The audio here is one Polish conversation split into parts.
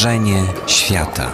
Wrażenie świata.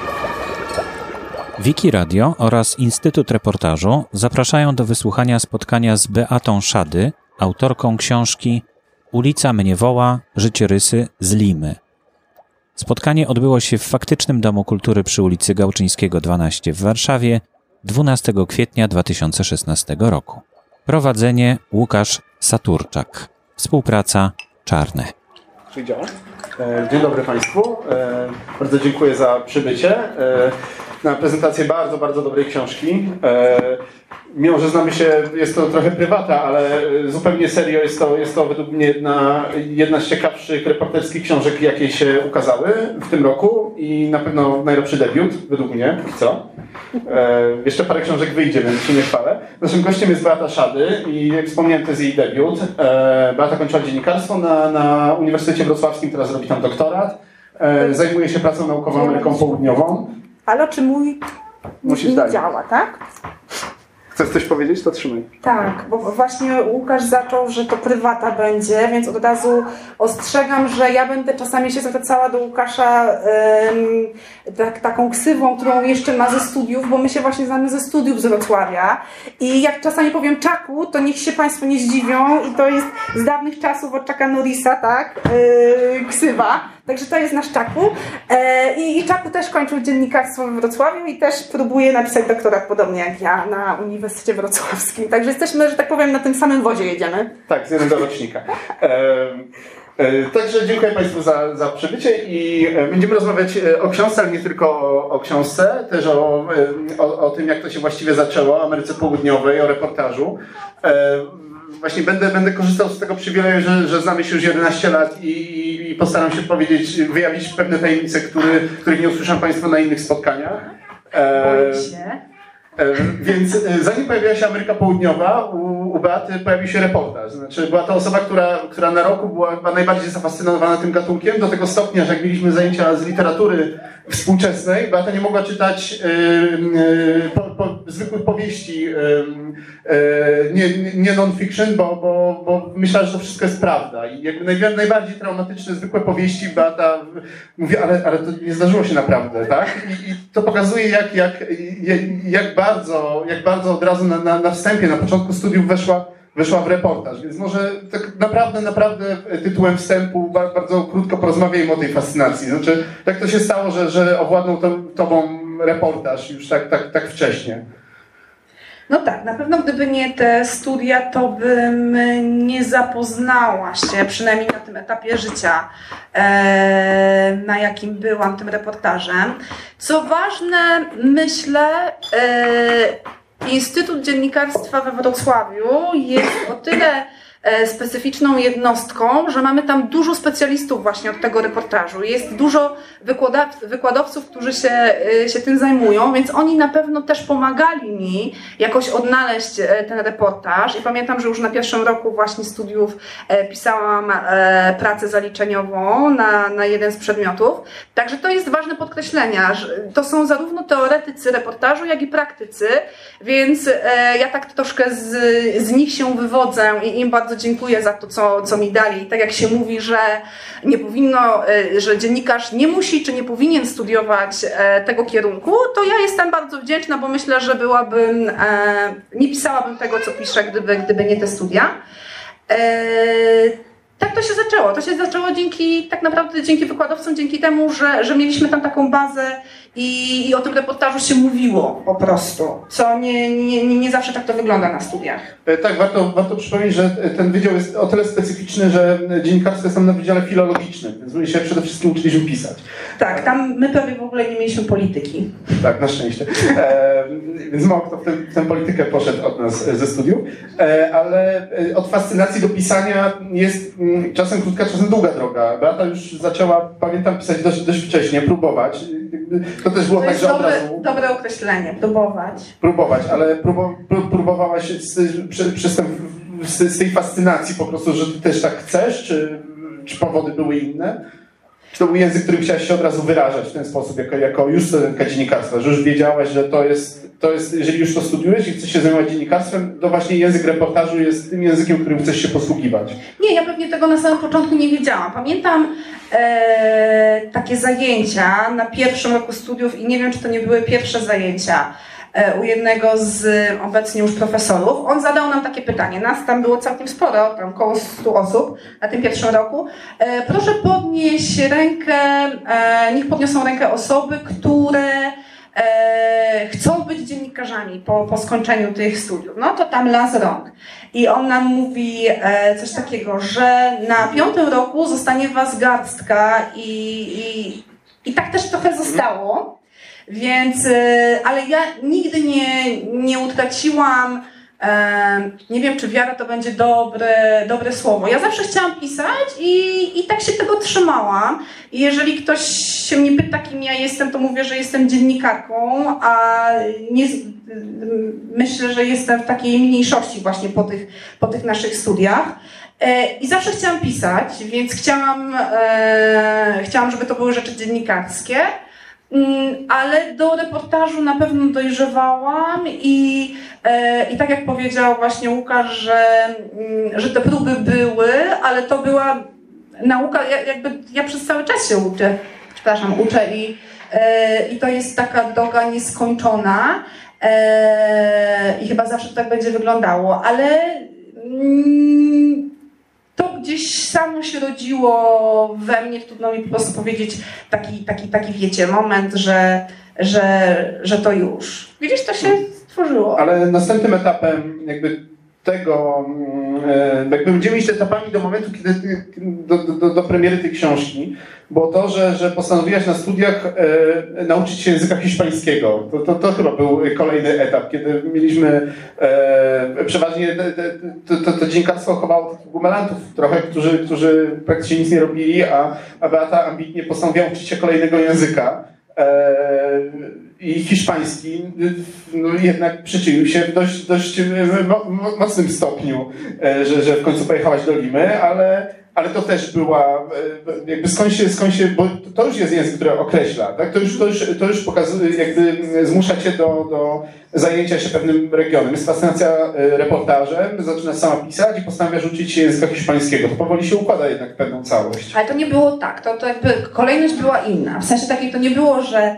Wiki Radio oraz Instytut Reportażu zapraszają do wysłuchania spotkania z Beatą Szady, autorką książki Ulica mnie woła, życiorysy z Limy. Spotkanie odbyło się w faktycznym Domu Kultury przy ulicy Gałczyńskiego 12 w Warszawie 12 kwietnia 2016 roku. Prowadzenie Łukasz Saturczak. Współpraca Czarne. Dzień dobry Państwu. Bardzo dziękuję za przybycie na prezentację bardzo, bardzo dobrej książki. Mimo że znamy się, jest to trochę prywata, ale zupełnie serio jest to według mnie jedna z ciekawszych reporterskich książek, jakie się ukazały w tym roku i na pewno najlepszy debiut, według mnie, co? Jeszcze parę książek wyjdzie, więc się nie chwalę. Naszym gościem jest Beata Szady i jak wspomniałem, to jest jej debiut. Beata kończyła dziennikarstwo na Uniwersytecie Wrocławskim, teraz robi tam doktorat. Zajmuje się pracą naukową Ameryką Południową. Ale czy mój nie działa, tak? Chcesz coś powiedzieć? To trzymaj. Tak, bo właśnie Łukasz zaczął, że to prywata będzie, więc od razu ostrzegam, że ja będę czasami się zwracała do Łukasza taką ksywą, którą jeszcze ma ze studiów, bo my się właśnie znamy ze studiów z Wrocławia. I jak czasami powiem Czaku, to niech się Państwo nie zdziwią i to jest z dawnych czasów od Chucka Norrisa, tak? Ksywa. Także to jest nasz Czaku. I Czaku też kończył dziennikarstwo we Wrocławiu i też próbuje napisać doktorat podobnie jak ja na Uniwersytecie Wrocławskim. Także jesteśmy, że tak powiem, na tym samym wozie jedziemy. Tak, z jednego rocznika. Także dziękuję Państwu za przybycie i będziemy rozmawiać o książce, ale nie tylko o książce, też o tym, jak to się właściwie zaczęło, o Ameryce Południowej, o reportażu. Właśnie będę korzystał z tego przywileju, że znamy się już 11 lat i postaram się wyjawić pewne tajemnice, których nie usłyszą Państwo na innych spotkaniach. Boję się. Więc zanim pojawiła się Ameryka Południowa, u Beaty pojawił się reportaż. Znaczy, była to osoba, która na roku była chyba najbardziej zafascynowana tym gatunkiem, do tego stopnia, że jak mieliśmy zajęcia z literatury współczesnej, Beata nie mogła czytać zwykłych powieści, nie non-fiction, bo myślała, że to wszystko jest prawda. I jakby najbardziej traumatyczne zwykłe powieści Beata mówi, ale to nie zdarzyło się naprawdę, tak? I to pokazuje, jak bardzo od razu na wstępie, na początku studiów weszła w reportaż. Więc może tak naprawdę tytułem wstępu bardzo krótko porozmawiajmy o tej fascynacji. Znaczy, jak to się stało, że owładnął tobą reportaż już tak wcześnie? No tak, na pewno gdyby nie te studia, to bym nie zapoznała się, przynajmniej na tym etapie życia, na jakim byłam tym reportażem. Co ważne, myślę, Instytut Dziennikarstwa we Wrocławiu jest o tyle specyficzną jednostką, że mamy tam dużo specjalistów właśnie od tego reportażu. Jest dużo wykładowców, którzy się tym zajmują, więc oni na pewno też pomagali mi jakoś odnaleźć ten reportaż. I pamiętam, że już na pierwszym roku właśnie studiów pisałam pracę zaliczeniową na jeden z przedmiotów. Także to jest ważne podkreślenia, że to są zarówno teoretycy reportażu, jak i praktycy, więc ja tak troszkę z nich się wywodzę i im bardzo dziękuję za to, co mi dali. Tak jak się mówi, że nie powinno, że dziennikarz nie musi czy nie powinien studiować tego kierunku, to ja jestem bardzo wdzięczna, bo myślę, że nie pisałabym tego, co piszę, gdyby nie te studia. Tak to się zaczęło. To się zaczęło tak naprawdę dzięki wykładowcom, dzięki temu, że mieliśmy tam taką bazę i o tym reportażu się mówiło po prostu, co nie zawsze tak to wygląda na studiach. Tak, warto przypomnieć, że ten wydział jest o tyle specyficzny, że dziennikarstwo jest tam na wydziale filologicznym, więc my się przede wszystkim uczyliśmy pisać. Tak, tam my prawie w ogóle nie mieliśmy polityki. Tak, na szczęście. Więc mało kto w tę politykę poszedł od nas ze studiów, ale od fascynacji do pisania jest czasem krótka, czasem długa droga. Beata już zaczęła, pamiętam, pisać dość wcześnie, próbować. To też było tak, że od razu... Dobre określenie, próbować. Próbować, ale próbowałaś z tej fascynacji po prostu, że ty też tak chcesz, czy powody były inne? Czy to był język, którym chciałaś się od razu wyrażać w ten sposób, jako już studentka dziennikarstwa, że już wiedziałaś, że to jest, jeżeli już to studiujesz i chcesz się zajmować dziennikarstwem, to właśnie język reportażu jest tym językiem, którym chcesz się posługiwać? Nie, ja pewnie tego na samym początku nie wiedziałam. Pamiętam takie zajęcia na pierwszym roku studiów i nie wiem, czy to nie były pierwsze zajęcia u jednego z obecnie już profesorów. On zadał nam takie pytanie. Nas tam było całkiem sporo, tam około 100 osób na tym pierwszym roku. Proszę podnieść rękę, niech podniosą rękę osoby, które chcą być dziennikarzami po skończeniu tych studiów. No to tam las rąk. I on nam mówi coś takiego, że na 5. roku zostanie was garstka i tak też trochę zostało. Więc, ale ja nigdy nie utraciłam, nie wiem, czy wiara to będzie dobre słowo. Ja zawsze chciałam pisać i tak się tego trzymałam. I jeżeli ktoś się mnie pyta, kim ja jestem, to mówię, że jestem dziennikarką, a nie, myślę, że jestem w takiej mniejszości właśnie po tych naszych studiach. I zawsze chciałam pisać, więc chciałam, żeby to były rzeczy dziennikarskie. Ale do reportażu na pewno dojrzewałam i tak jak powiedział właśnie Łukasz, że te próby były, ale to była nauka, ja przez cały czas się uczę i to jest taka droga nieskończona i chyba zawsze tak będzie wyglądało, ale to gdzieś samo się rodziło we mnie, trudno mi po prostu powiedzieć taki wiecie, moment, że to już. Widzisz, to się stworzyło. Ale następnym etapem jakby tego, jakby będziemy iść etapami do momentu, kiedy do premiery tej książki, było to, że postanowiłaś na studiach nauczyć się języka hiszpańskiego. To chyba był kolejny etap, kiedy mieliśmy przeważnie to dziennikarstwo chowało takich bumelantów trochę, którzy praktycznie nic nie robili, a Beata ambitnie postanowiła uczyć się kolejnego języka. I hiszpański jednak przyczynił się w dość mocnym stopniu, że w końcu pojechałaś do Limy, ale to też była, jakby skąd się, bo to już jest język, który określa, tak? To już pokazuje, jakby zmusza cię do zajęcia się pewnym regionem. Jest fascynacja reportażem, zaczynasz sama pisać i postanawiasz uczyć się języka hiszpańskiego. To powoli się układa jednak w pewną całość. Ale to nie było tak, to jakby kolejność była inna. W sensie takiej to nie było, że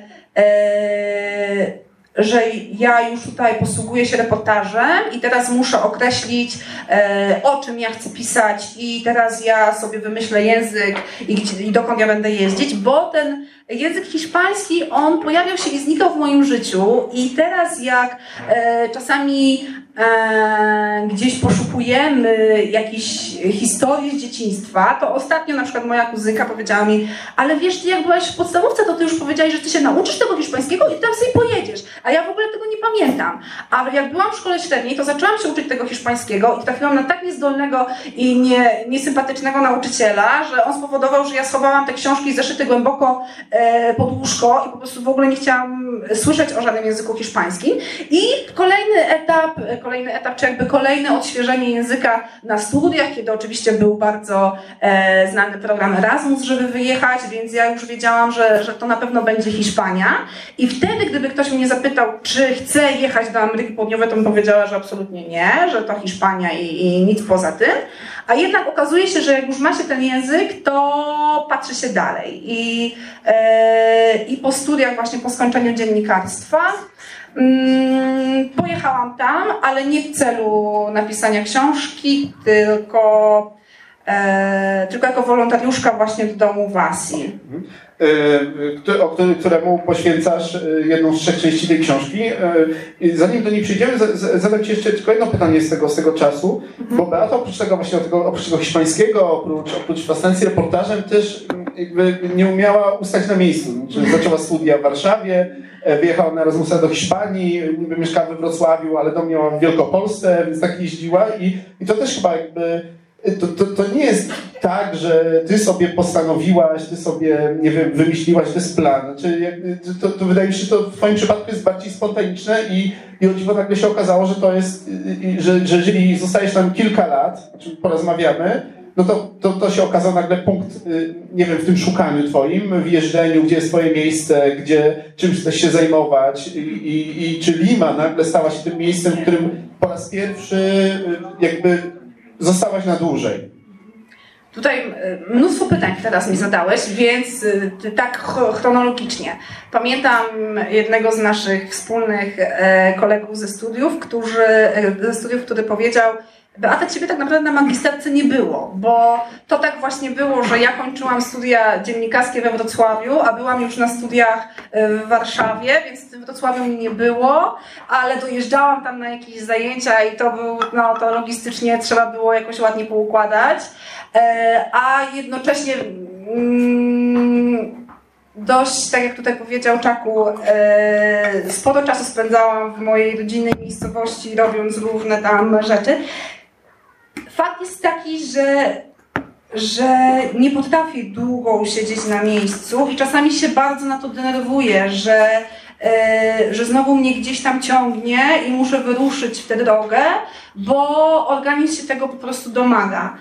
ja już tutaj posługuję się reportażem i teraz muszę określić, o czym ja chcę pisać i teraz ja sobie wymyślę język i dokąd ja będę jeździć, bo ten język hiszpański, on pojawiał się i znikał w moim życiu i teraz jak czasami gdzieś poszukujemy jakiejś historii z dzieciństwa, to ostatnio na przykład moja kuzynka powiedziała mi, ale wiesz, ty jak byłaś w podstawówce, to ty już powiedziałaś, że ty się nauczysz tego hiszpańskiego i tam sobie pojedziesz, a ja w ogóle tego nie pamiętam. A jak byłam w szkole średniej, to zaczęłam się uczyć tego hiszpańskiego i trafiłam na tak niezdolnego i niesympatycznego nauczyciela, że on spowodował, że ja schowałam te książki zeszyty głęboko pod łóżko i po prostu w ogóle nie chciałam słyszeć o żadnym języku hiszpańskim. I kolejny etap, czy jakby kolejne odświeżenie języka na studiach, kiedy oczywiście był bardzo znany program Erasmus, żeby wyjechać, więc ja już wiedziałam, że to na pewno będzie Hiszpania. I wtedy, gdyby ktoś mnie zapytał, czy chcę jechać do Ameryki Południowej, to bym powiedziała, że absolutnie nie, że to Hiszpania i nic poza tym. A jednak okazuje się, że jak już ma się ten język, to patrzy się dalej. I po studiach, właśnie po skończeniu dziennikarstwa, pojechałam tam, ale nie w celu napisania książki, tylko jako wolontariuszka właśnie w domu Wasi. Któremu poświęcasz jedną z 3 części tej książki. Zanim do niej przejdziemy, zadam Ci jeszcze tylko jedno pytanie z tego czasu, bo Beata oprócz tego hiszpańskiego, oprócz fascynacji reportażem też jakby nie umiała ustać na miejscu. Zaczęła studia w Warszawie, wyjechała na Erasmusa do Hiszpanii, niby mieszkała we Wrocławiu, ale dom miała w Wielkopolsce, więc tak jeździła i to też chyba jakby to nie jest tak, że ty sobie postanowiłaś, ty sobie, nie wiem, wymyśliłaś, to jest plan. Znaczy, to wydaje mi się, że to w twoim przypadku jest bardziej spontaniczne i o dziwo nagle się okazało, że to jest, że jeżeli zostajesz tam kilka lat, o czym porozmawiamy, no to się okazał nagle punkt, nie wiem, w tym szukaniu twoim, w jeżdżeniu, gdzie jest twoje miejsce, czym chcesz się zajmować i czy Lima nagle stała się tym miejscem, w którym po raz pierwszy jakby zostałaś na dłużej. Tutaj mnóstwo pytań teraz mi zadałeś, więc tak chronologicznie. Pamiętam jednego z naszych wspólnych kolegów ze studiów, który powiedział: Beata, ciebie tak naprawdę na magisterce nie było, bo to tak właśnie było, że ja kończyłam studia dziennikarskie we Wrocławiu, a byłam już na studiach w Warszawie, więc w tym Wrocławiu mnie nie było, ale dojeżdżałam tam na jakieś zajęcia i to logistycznie trzeba było jakoś ładnie poukładać, a jednocześnie dość, tak jak tutaj powiedział Czaku, sporo czasu spędzałam w mojej rodzinnej miejscowości, robiąc różne tam rzeczy. Fakt jest taki, że nie potrafię długo siedzieć na miejscu i czasami się bardzo na to denerwuję, że znowu mnie gdzieś tam ciągnie i muszę wyruszyć w tę drogę, bo organizm się tego po prostu domaga.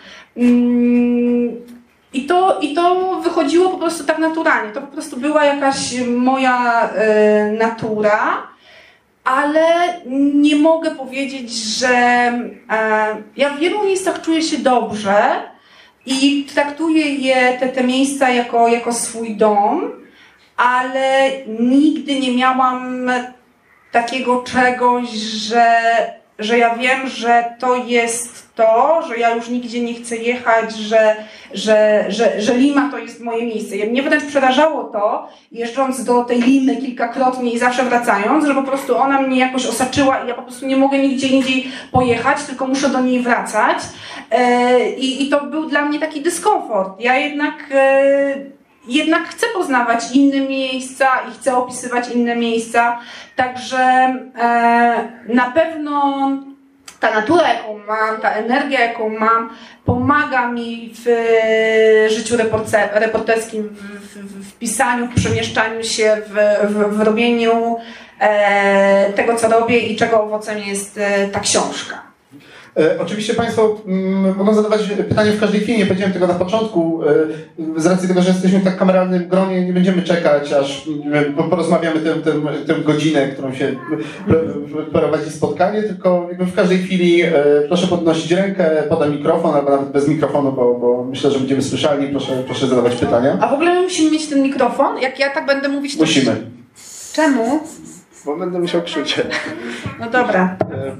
I to wychodziło po prostu tak naturalnie. To po prostu była jakaś moja natura, ale nie mogę powiedzieć, że ja w wielu miejscach czuję się dobrze i traktuję te miejsca jako swój dom, ale nigdy nie miałam takiego czegoś, że ja wiem, że to jest to, że ja już nigdzie nie chcę jechać, że Lima to jest moje miejsce. Mnie wręcz przerażało to, jeżdżąc do tej Limy kilkakrotnie i zawsze wracając, że po prostu ona mnie jakoś osaczyła i ja po prostu nie mogę nigdzie indziej pojechać, tylko muszę do niej wracać. I to był dla mnie taki dyskomfort. Ja jednak chcę poznawać inne miejsca i chcę opisywać inne miejsca, także na pewno ta natura, jaką mam, ta energia, jaką mam, pomaga mi w życiu reporterskim, w pisaniu, w przemieszczaniu się, w robieniu tego, co robię i czego owocem jest ta książka. Oczywiście Państwo mogą zadawać pytania w każdej chwili, nie powiedziałem tego na początku. Z racji tego, że jesteśmy w tak kameralnym gronie, nie będziemy czekać, aż porozmawiamy tę godzinę, którą się prowadzi spotkanie, tylko w każdej chwili proszę podnosić rękę, podam mikrofon, albo nawet bez mikrofonu, bo myślę, że będziemy słyszalni. Proszę zadawać pytania. A w ogóle my musimy mieć ten mikrofon? Jak ja tak będę mówić, to... Musimy. Czemu? Bo będę musiał krzyczeć. No dobra.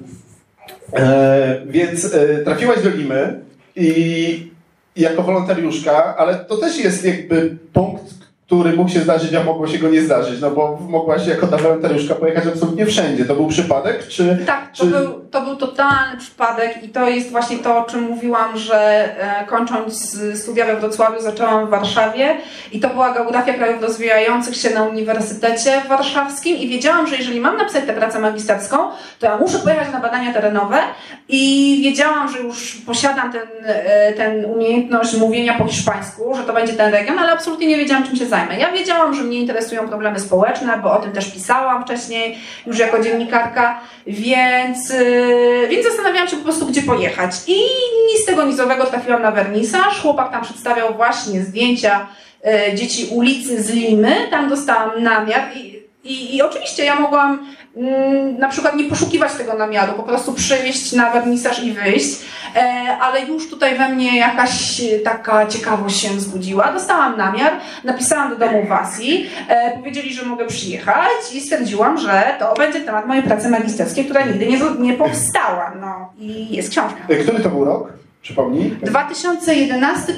Więc trafiłaś do Limy i jako wolontariuszka, ale to też jest jakby punkt, który mógł się zdarzyć, a mogło się go nie zdarzyć, no bo mogłaś jako ta wolontariuszka pojechać absolutnie wszędzie. To był przypadek, czy... Tak, to był totalny przypadek i to jest właśnie to, o czym mówiłam, że kończąc studia we Wrocławiu zaczęłam w Warszawie i to była geografia krajów rozwijających się na Uniwersytecie Warszawskim i wiedziałam, że jeżeli mam napisać tę pracę magisterską, to ja muszę pojechać na badania terenowe i wiedziałam, że już posiadam tę umiejętność mówienia po hiszpańsku, że to będzie ten region, ale absolutnie nie wiedziałam, czym się zajmę. Ja wiedziałam, że mnie interesują problemy społeczne, bo o tym też pisałam wcześniej, już jako dziennikarka, więc zastanawiałam się po prostu, gdzie pojechać. I nic z tego nizowego trafiłam na wernisaż. Chłopak tam przedstawiał właśnie zdjęcia dzieci ulicy z Limy. Tam dostałam namiar i oczywiście ja mogłam na przykład nie poszukiwać tego namiaru, po prostu przyjść na wernisaż i wyjść, ale już tutaj we mnie jakaś taka ciekawość się wzbudziła. Dostałam namiar, napisałam do domu w Asji, powiedzieli, że mogę przyjechać i stwierdziłam, że to będzie temat mojej pracy magisterskiej, która nigdy nie powstała. No i jest książka. Który to był rok? Przypomnij. 2011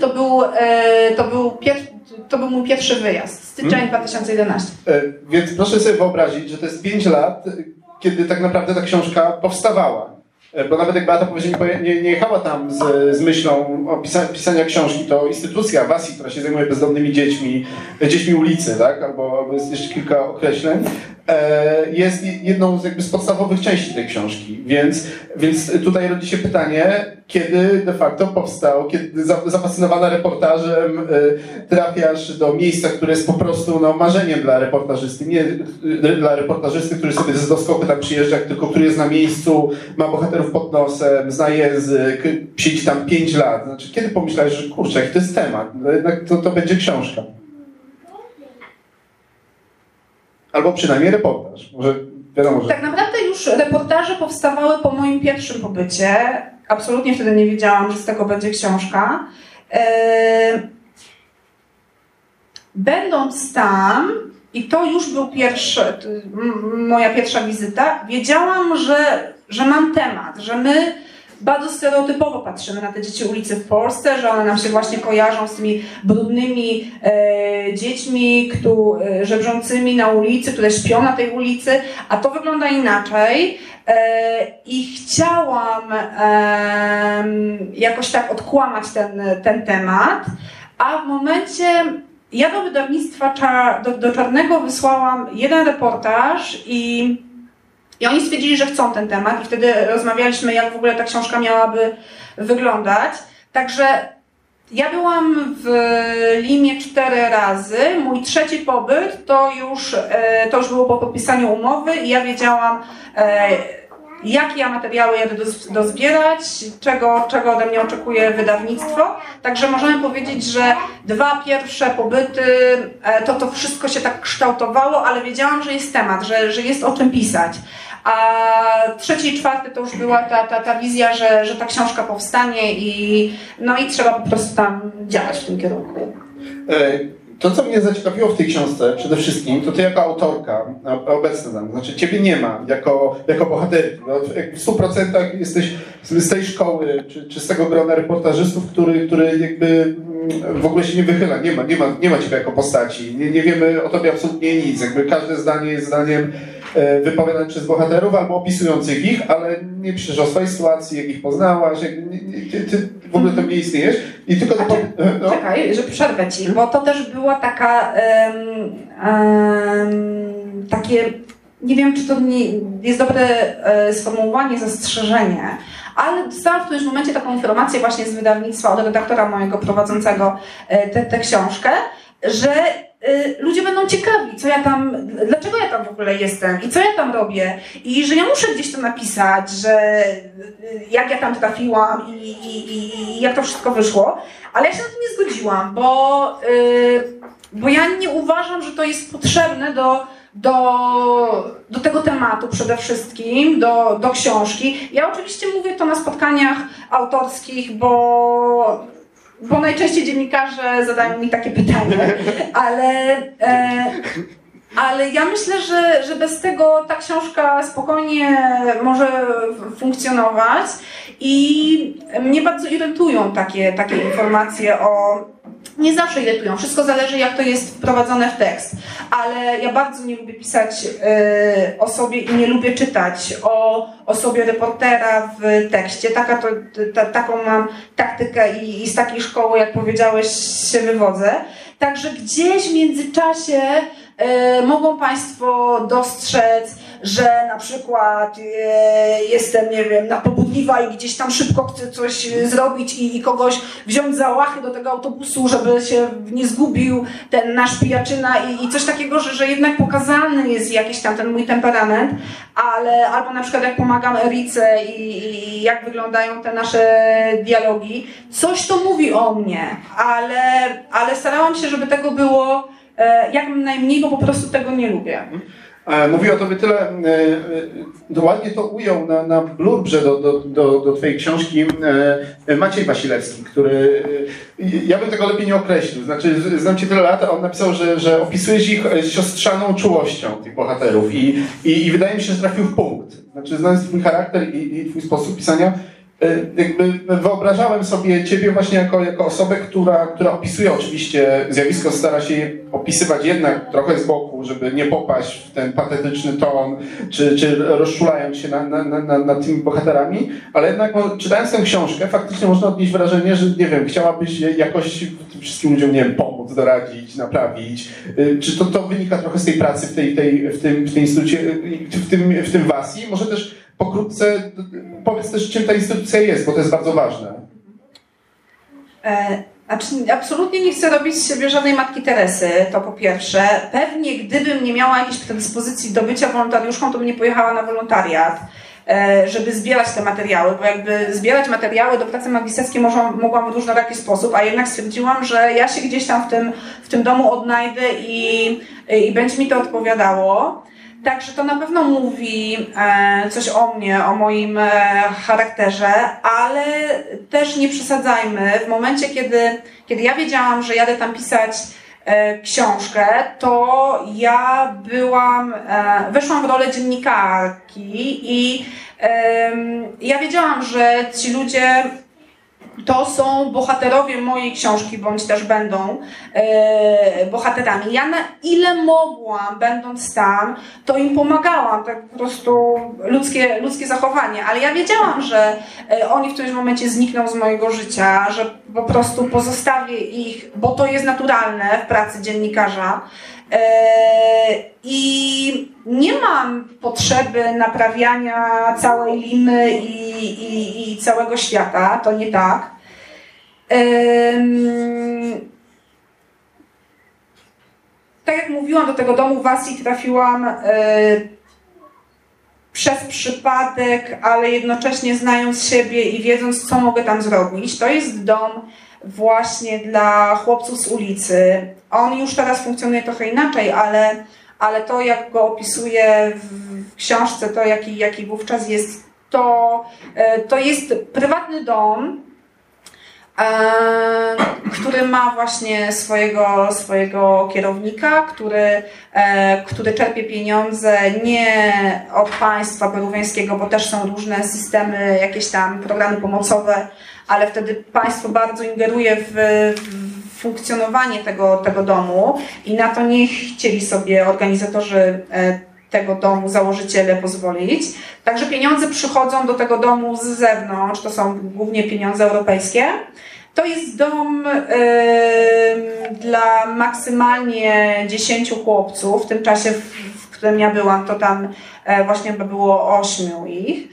to był mój pierwszy wyjazd. Styczeń 2011. Więc proszę sobie wyobrazić, że to jest 5 lat, kiedy tak naprawdę ta książka powstawała. Bo nawet jak Beata powiedziała, nie jechała tam z myślą o pisania książki, to instytucja w Asji, która się zajmuje bezdomnymi dziećmi ulicy, tak? Albo jest jeszcze kilka określeń, jest jedną z podstawowych części tej książki. Więc tutaj rodzi się pytanie, kiedy de facto powstał, kiedy zafascynowana reportażem trafiasz do miejsca, które jest po prostu marzeniem dla reportażysty. Nie dla reportażysty, który sobie z doskoku tam przyjeżdża, tylko który jest na miejscu, ma bohaterów bohaterów pod nosem, zna język, siedzi tam 5 lat. Znaczy, kiedy pomyślałeś, że kurczę, jaki to jest temat? No jednak to będzie książka. Albo przynajmniej reportaż. Może wiadomo, że... Tak naprawdę już reportaże powstawały po moim pierwszym pobycie. Absolutnie wtedy nie wiedziałam, że z tego będzie książka. Będąc tam, i to już był moja pierwsza wizyta, wiedziałam, że mam temat, że my bardzo stereotypowo patrzymy na te dzieci ulicy w Polsce, że one nam się właśnie kojarzą z tymi brudnymi dziećmi, żebrzącymi na ulicy, które śpią na tej ulicy, a to wygląda inaczej. I chciałam jakoś tak odkłamać ten temat, a w momencie ja do wydawnictwa do Czarnego wysłałam jeden reportaż i oni stwierdzili, że chcą ten temat i wtedy rozmawialiśmy, jak w ogóle ta książka miałaby wyglądać. Także ja byłam w Limie 4 razy. Mój trzeci pobyt to już było po podpisaniu umowy i ja wiedziałam, jakie ja materiały jadę dozbierać, czego ode mnie oczekuje wydawnictwo. Także możemy powiedzieć, że 2 pierwsze pobyty, to wszystko się tak kształtowało, ale wiedziałam, że jest temat, że jest o czym pisać. A 3. i 4 to już była ta wizja, że ta książka powstanie i trzeba po prostu tam działać w tym kierunku. To, co mnie zaciekawiło w tej książce przede wszystkim, to ty jako autorka, obecna tam, znaczy ciebie nie ma jako bohaterki. No, w 100% jesteś z tej szkoły, czy z tego grona reportażystów, który jakby w ogóle się nie wychyla. Nie ma ciebie jako postaci. Nie wiemy o tobie absolutnie nic. Jakby każde zdanie jest zdaniem wypowiadane przez bohaterów albo opisujących ich, ale nie piszesz o swojej sytuacji, jak ich poznałaś, ty w ogóle tam nie istniejesz. I tylko czekaj, że przerwę ci, bo to też była takie, nie wiem, czy to nie jest dobre sformułowanie, zastrzeżenie, ale dostałam w którymś momencie taką informację właśnie z wydawnictwa od redaktora mojego prowadzącego tę książkę, że ludzie będą ciekawi, dlaczego ja tam w ogóle jestem i co ja tam robię i że ja muszę gdzieś to napisać, że jak ja tam trafiłam i jak to wszystko wyszło, ale ja się na to nie zgodziłam, bo ja nie uważam, że to jest potrzebne do tego tematu przede wszystkim, do książki. Ja oczywiście mówię to na spotkaniach autorskich, bo najczęściej dziennikarze zadają mi takie pytanie, ale ja myślę, że bez tego ta książka spokojnie może funkcjonować i mnie bardzo irytują takie informacje nie zawsze irytują, wszystko zależy, jak to jest wprowadzone w tekst, ale ja bardzo nie lubię pisać o sobie i nie lubię czytać o osobie reportera w tekście. Taką mam taktykę i z takiej szkoły, jak powiedziałeś, się wywodzę. Także gdzieś w międzyczasie mogą Państwo dostrzec, że na przykład jestem, nie wiem, napobudliwa i gdzieś tam szybko chcę coś zrobić i kogoś wziąć za łachy do tego autobusu, żeby się nie zgubił ten nasz pijaczyna i coś takiego, że jednak pokazany jest jakiś tam ten mój temperament, albo na przykład jak pomagam Erice i jak wyglądają te nasze dialogi, coś to mówi o mnie, ale starałam się, żeby tego było jak najmniej, bo po prostu tego nie lubię. Mówi o tobie tyle, ładnie to ujął na blurbrze do twojej książki Maciej Wasilewski, który, ja bym tego lepiej nie określił, znaczy znam cię tyle lat, a on napisał, że opisujesz ich siostrzaną czułością, tych bohaterów i wydaje mi się, że trafił w punkt. Znaczy znając twój charakter i twój sposób pisania, jakby wyobrażałem sobie ciebie właśnie jako osobę, która opisuje oczywiście zjawisko, stara się je opisywać jednak trochę z boku, żeby nie popaść w ten patetyczny ton, czy rozczulając się nad tymi bohaterami, ale jednak czytając tę książkę faktycznie można odnieść wrażenie, że nie wiem, chciałabyś jakoś tym wszystkim ludziom, nie wiem, pomóc, doradzić, naprawić. Czy to wynika trochę z tej pracy w tym instytucie, w tym WASI? Może też pokrótce powiedz też, czym ta instytucja jest, bo to jest bardzo ważne. Absolutnie nie chcę robić z siebie żadnej Matki Teresy, to po pierwsze. Pewnie gdybym nie miała jakiejś predyspozycji do bycia wolontariuszką, to bym nie pojechała na wolontariat. żeby zbierać te materiały, bo jakby zbierać materiały do pracy magisterskiej mogłam w różnoraki sposób, a jednak stwierdziłam, że ja się gdzieś tam w tym domu odnajdę i będzie mi to odpowiadało. Także to na pewno mówi coś o mnie, o moim charakterze, ale też nie przesadzajmy. W momencie, kiedy ja wiedziałam, że jadę tam pisać książkę, to ja weszłam w rolę dziennikarki i ja wiedziałam, że ci ludzie to są bohaterowie mojej książki, bądź też będą bohaterami. Ja na ile mogłam, będąc tam, to im pomagałam, tak po prostu ludzkie zachowanie, ale ja wiedziałam, że oni w którymś momencie znikną z mojego życia, że po prostu pozostawię ich, bo to jest naturalne w pracy dziennikarza. I nie mam potrzeby naprawiania całej Limy i całego świata, to nie tak. Tak jak mówiłam, do tego domu w Asji trafiłam przez przypadek, ale jednocześnie znając siebie i wiedząc, co mogę tam zrobić. To jest dom właśnie dla chłopców z ulicy. On już teraz funkcjonuje trochę inaczej, ale to, jak go opisuję w książce, to jaki wówczas jest, to jest prywatny dom, który ma właśnie swojego kierownika, który czerpie pieniądze nie od państwa peruwiańskiego, bo też są różne systemy, jakieś tam programy pomocowe, ale wtedy państwo bardzo ingeruje w funkcjonowanie tego domu i na to nie chcieli sobie organizatorzy tego domu, założyciele pozwolić. Także pieniądze przychodzą do tego domu z zewnątrz, to są głównie pieniądze europejskie. To jest dom dla maksymalnie 10 chłopców. W tym czasie, w którym ja byłam, to tam właśnie było 8 ich.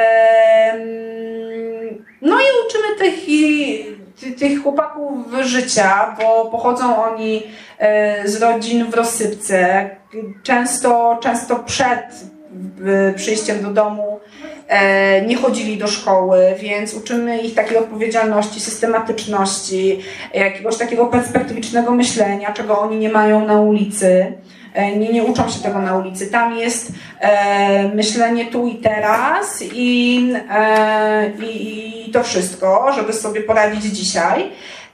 No i uczymy tych chłopaków życia, bo pochodzą oni z rodzin w rozsypce. Często przed przyjściem do domu nie chodzili do szkoły, więc uczymy ich takiej odpowiedzialności, systematyczności, jakiegoś takiego perspektywicznego myślenia, czego oni nie mają na ulicy. Nie uczą się tego na ulicy. Tam jest myślenie tu i teraz i to wszystko, żeby sobie poradzić dzisiaj.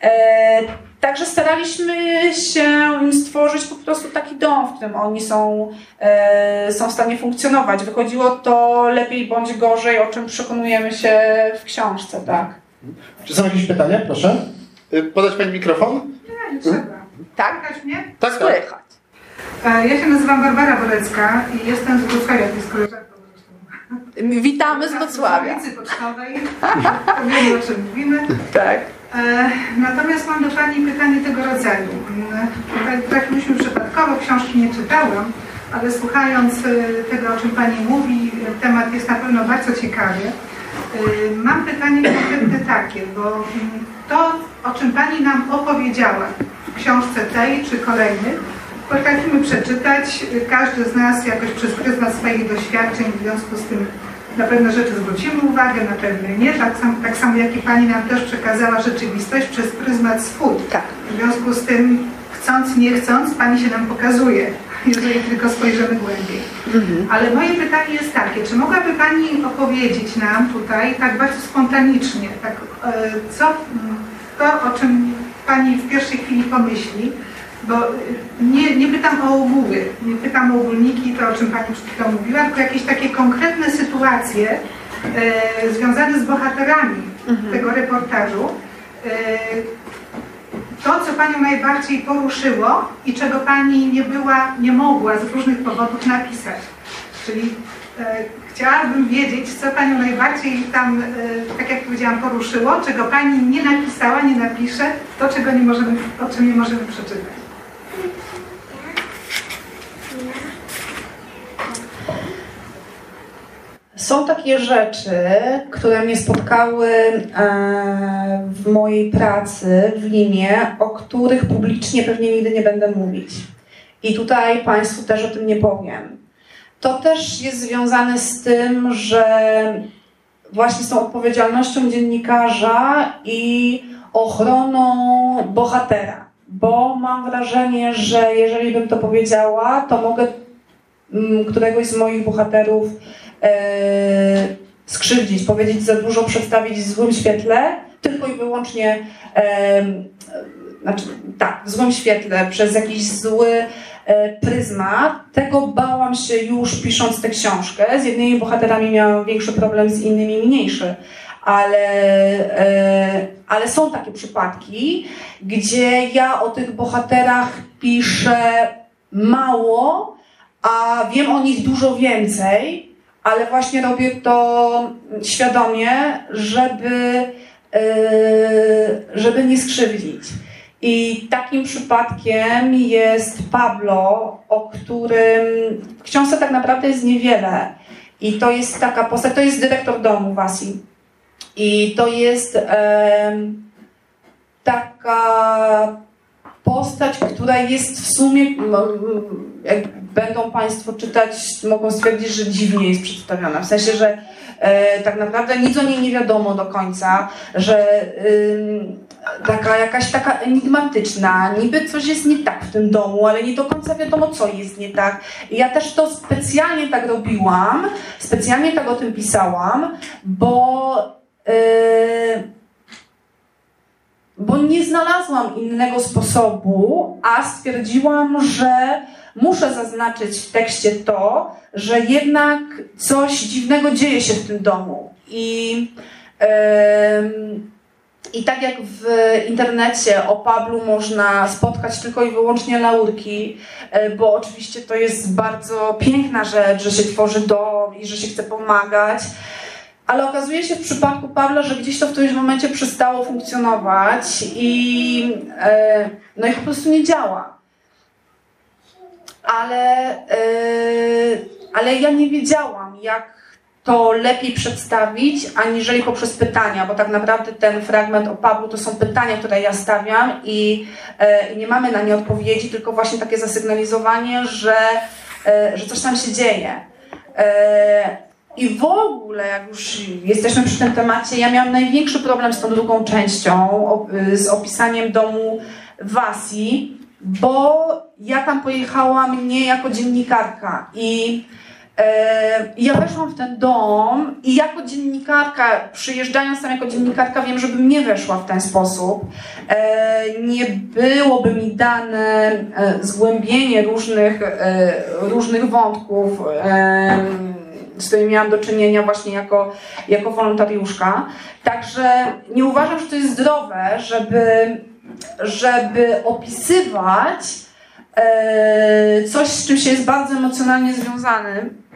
Także staraliśmy się im stworzyć po prostu taki dom, w którym oni są w stanie funkcjonować. Wychodziło to lepiej bądź gorzej, o czym przekonujemy się w książce, tak. Czy są jakieś pytania? Proszę. Podać Pani mikrofon? Nie trzeba. Tak? Słychać mnie? Tak. Słychać. Ja się nazywam Barbara Borecka i jestem z Wrocławia, to jest koleżanką zresztą. Witamy z Wrocławia. Z ulicy Pocztowej, wiemy, o czym mówimy. Tak. Natomiast mam do Pani pytanie tego rodzaju. Trafiłyśmy przypadkowo, książki nie czytałam, ale słuchając tego, o czym Pani mówi, temat jest na pewno bardzo ciekawy. Mam pytanie konkretne takie, bo to, o czym Pani nam opowiedziała w książce tej czy kolejnych, potrafimy przeczytać, każdy z nas jakoś przez pryzmat swoich doświadczeń, w związku z tym na pewne rzeczy zwrócimy uwagę, na pewne nie, tak samo jak i Pani nam też przekazała rzeczywistość przez pryzmat swój. Tak. W związku z tym, chcąc, nie chcąc, Pani się nam pokazuje, jeżeli tylko spojrzymy głębiej. Ale moje pytanie jest takie, czy mogłaby Pani opowiedzieć nam tutaj tak bardzo spontanicznie, tak, to, o czym Pani w pierwszej chwili pomyśli, bo nie pytam o ogóły, nie pytam o ogólniki, to o czym Pani przed chwilą mówiła, tylko jakieś takie konkretne sytuacje związane z bohaterami tego reportażu. To, co Panią najbardziej poruszyło i czego Pani nie mogła z różnych powodów napisać. Czyli chciałabym wiedzieć, co Panią najbardziej tam, tak jak powiedziałam, poruszyło, czego Pani nie napisała, nie napisze, to, o czym nie możemy przeczytać. Są takie rzeczy, które mnie spotkały w mojej pracy w Limie, o których publicznie pewnie nigdy nie będę mówić. I tutaj Państwu też o tym nie powiem. to też jest związane z tym, że właśnie z tą odpowiedzialnością dziennikarza i ochroną bohatera. Bo mam wrażenie, że jeżeli bym to powiedziała, to mogę któregoś z moich bohaterów skrzywdzić, powiedzieć za dużo, przedstawić w złym świetle, tylko i wyłącznie w złym świetle, przez jakiś zły pryzmat. Tego bałam się już pisząc tę książkę. Z jednymi bohaterami miałam większy problem, z innymi mniejszy. Ale są takie przypadki, gdzie ja o tych bohaterach piszę mało, a wiem o nich dużo więcej, ale właśnie robię to świadomie, żeby nie skrzywdzić. I takim przypadkiem jest Pablo, o którym w książce tak naprawdę jest niewiele. I to jest taka postać, to jest dyrektor domu Wasi. I to jest taka postać, która jest w sumie, jak będą Państwo czytać, mogą stwierdzić, że dziwnie jest przedstawiona. W sensie, że tak naprawdę nic o niej nie wiadomo do końca, że jakaś taka enigmatyczna, niby coś jest nie tak w tym domu, ale nie do końca wiadomo, co jest nie tak. I ja też to specjalnie tak robiłam, specjalnie tak o tym pisałam, bo nie znalazłam innego sposobu, a stwierdziłam, że muszę zaznaczyć w tekście to, że jednak coś dziwnego dzieje się w tym domu. I tak jak w internecie o Pablu można spotkać tylko i wyłącznie laurki, bo oczywiście to jest bardzo piękna rzecz, że się tworzy dom i że się chce pomagać, ale okazuje się w przypadku Pawła, że gdzieś to w którymś momencie przestało funkcjonować i po prostu nie działa. Ale ja nie wiedziałam, jak to lepiej przedstawić, aniżeli poprzez pytania, bo tak naprawdę ten fragment o Pawlu to są pytania, które ja stawiam i nie mamy na nie odpowiedzi, tylko właśnie takie zasygnalizowanie, że coś tam się dzieje. I w ogóle, jak już jesteśmy przy tym temacie, ja miałam największy problem z tą drugą częścią, z opisaniem domu Wasi, bo ja tam pojechałam nie jako dziennikarka i ja weszłam w ten dom i jako dziennikarka, przyjeżdżając tam jako dziennikarka, wiem, żebym nie weszła w ten sposób. Nie byłoby mi dane zgłębienie różnych wątków, z którymi miałam do czynienia właśnie jako wolontariuszka. Także nie uważam, że to jest zdrowe, żeby opisywać coś, z czym się jest bardzo emocjonalnie związanym.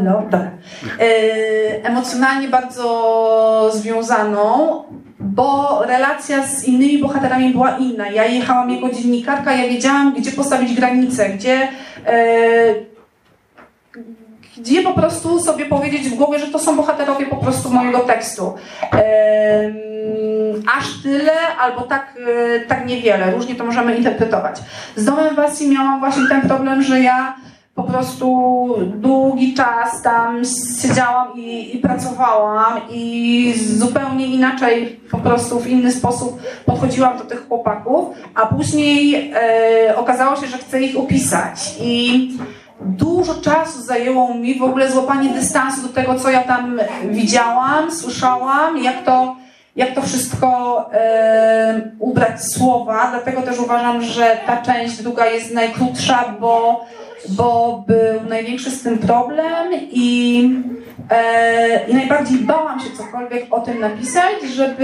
Emocjonalnie bardzo związaną, bo relacja z innymi bohaterami była inna. Ja jechałam jako dziennikarka, ja wiedziałam, gdzie postawić granice, gdzie po prostu sobie powiedzieć w głowie, że to są bohaterowie po prostu mojego tekstu. Aż tyle, albo tak niewiele. Różnie to możemy interpretować. Z domem Wasi miałam właśnie ten problem, że ja po prostu długi czas tam siedziałam i pracowałam i zupełnie inaczej, po prostu w inny sposób podchodziłam do tych chłopaków, a później okazało się, że chcę ich opisać. I dużo czasu zajęło mi w ogóle złapanie dystansu do tego, co ja tam widziałam, słyszałam, jak to wszystko ubrać w słowa. Dlatego też uważam, że ta część druga jest najkrótsza, bo był największy z tym problem i najbardziej bałam się cokolwiek o tym napisać,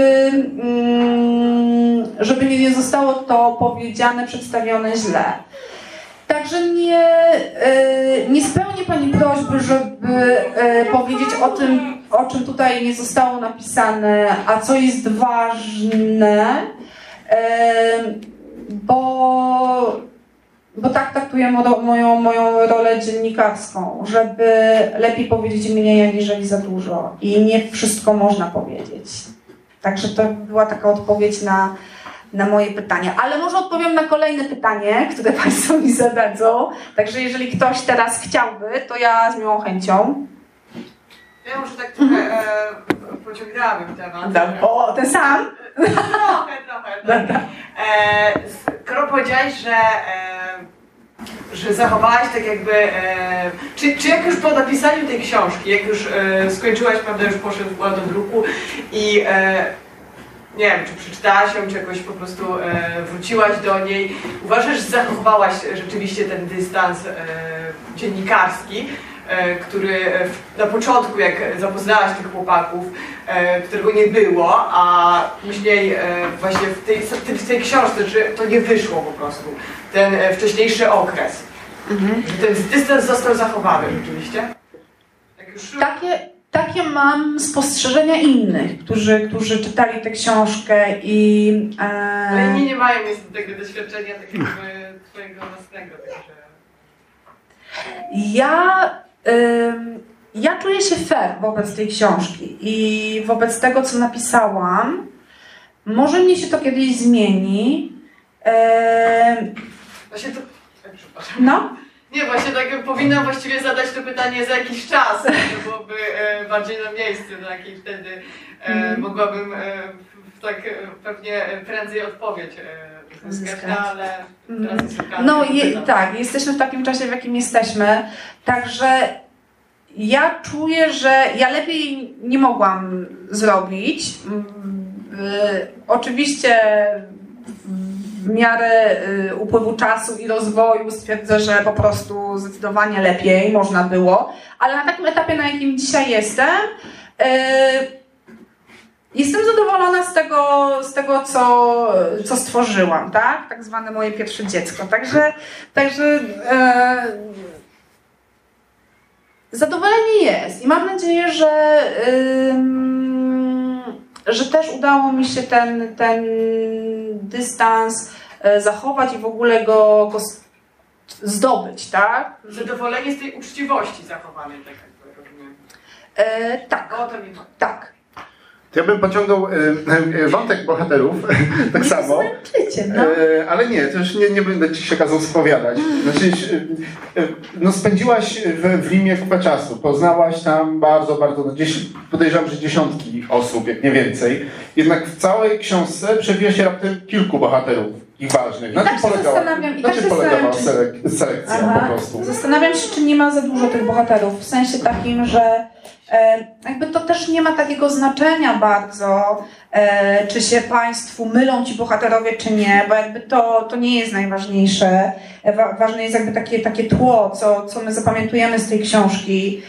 żeby nie zostało to powiedziane, przedstawione źle. Także nie spełnię Pani prośby, żeby powiedzieć o tym, o czym tutaj nie zostało napisane, a co jest ważne, bo tak traktuję moją rolę dziennikarską, żeby lepiej powiedzieć mniej, aniżeli za dużo. I nie wszystko można powiedzieć. Także to była taka odpowiedź na moje pytania. Ale może odpowiem na kolejne pytanie, które Państwo mi zadadzą. Także jeżeli ktoś teraz chciałby, to ja z miłą chęcią. Ja może tak trochę pociągnęłabym temat. O, ten sam? Trochę. Skoro powiedziałaś, że zachowałaś tak jakby... Czy jak już po napisaniu tej książki, jak już skończyłaś, prawda, już poszedł do druku i nie wiem, czy przeczytałaś ją, czy jakoś po prostu wróciłaś do niej, uważasz, że zachowałaś rzeczywiście ten dystans dziennikarski, który na początku, jak zapoznałaś tych chłopaków, którego nie było, a później właśnie w tej książce, że to nie wyszło po prostu, ten wcześniejszy okres. Ten dystans został zachowany rzeczywiście? Tak już... Takie mam spostrzeżenia innych, którzy czytali tę książkę i... Ale inni nie mają niestety tego doświadczenia takiego twojego własnego. Także... Ja czuję się fair wobec tej książki i wobec tego, co napisałam. Może mnie się to kiedyś zmieni. Właśnie to... Przepraszam. No? Nie, właśnie tak powinnam właściwie zadać to pytanie za jakiś czas, to byłoby bardziej na miejscu, na jakiej wtedy mogłabym tak pewnie prędzej odpowiedź uzyskać, ale teraz jest okazja. No tak, jesteśmy w takim czasie, w jakim jesteśmy, także ja czuję, że ja lepiej nie mogłam zrobić. Oczywiście w miarę upływu czasu i rozwoju stwierdzę, że po prostu zdecydowanie lepiej można było, ale na takim etapie, na jakim dzisiaj jestem, jestem zadowolona z tego co stworzyłam, tak? Tak zwane moje pierwsze dziecko. Także zadowolenie jest i mam nadzieję, że też udało mi się ten dystans zachować i w ogóle go zdobyć, tak? Zadowolenie z tej uczciwości zachowanej, tak jak rozumiem. Tak. O to mi chodzi. Tak. To ja bym pociągnął wątek bohaterów, tak samo. No. Ale nie, to już nie będę ci się kazał spowiadać. Znaczy, no spędziłaś w Rimie kupę czasu, poznałaś tam bardzo, gdzieś podejrzewam, że dziesiątki osób, jak nie więcej. Jednak w całej książce przewija się raptem kilku bohaterów i ważnych. Na czym polegała selekcja po prostu? Zastanawiam się, czy nie ma za dużo tych bohaterów, w sensie takim, że jakby to też nie ma takiego znaczenia bardzo, czy się Państwu mylą ci bohaterowie, czy nie, bo jakby to nie jest najważniejsze. Ważne jest jakby takie tło, co my zapamiętujemy z tej książki.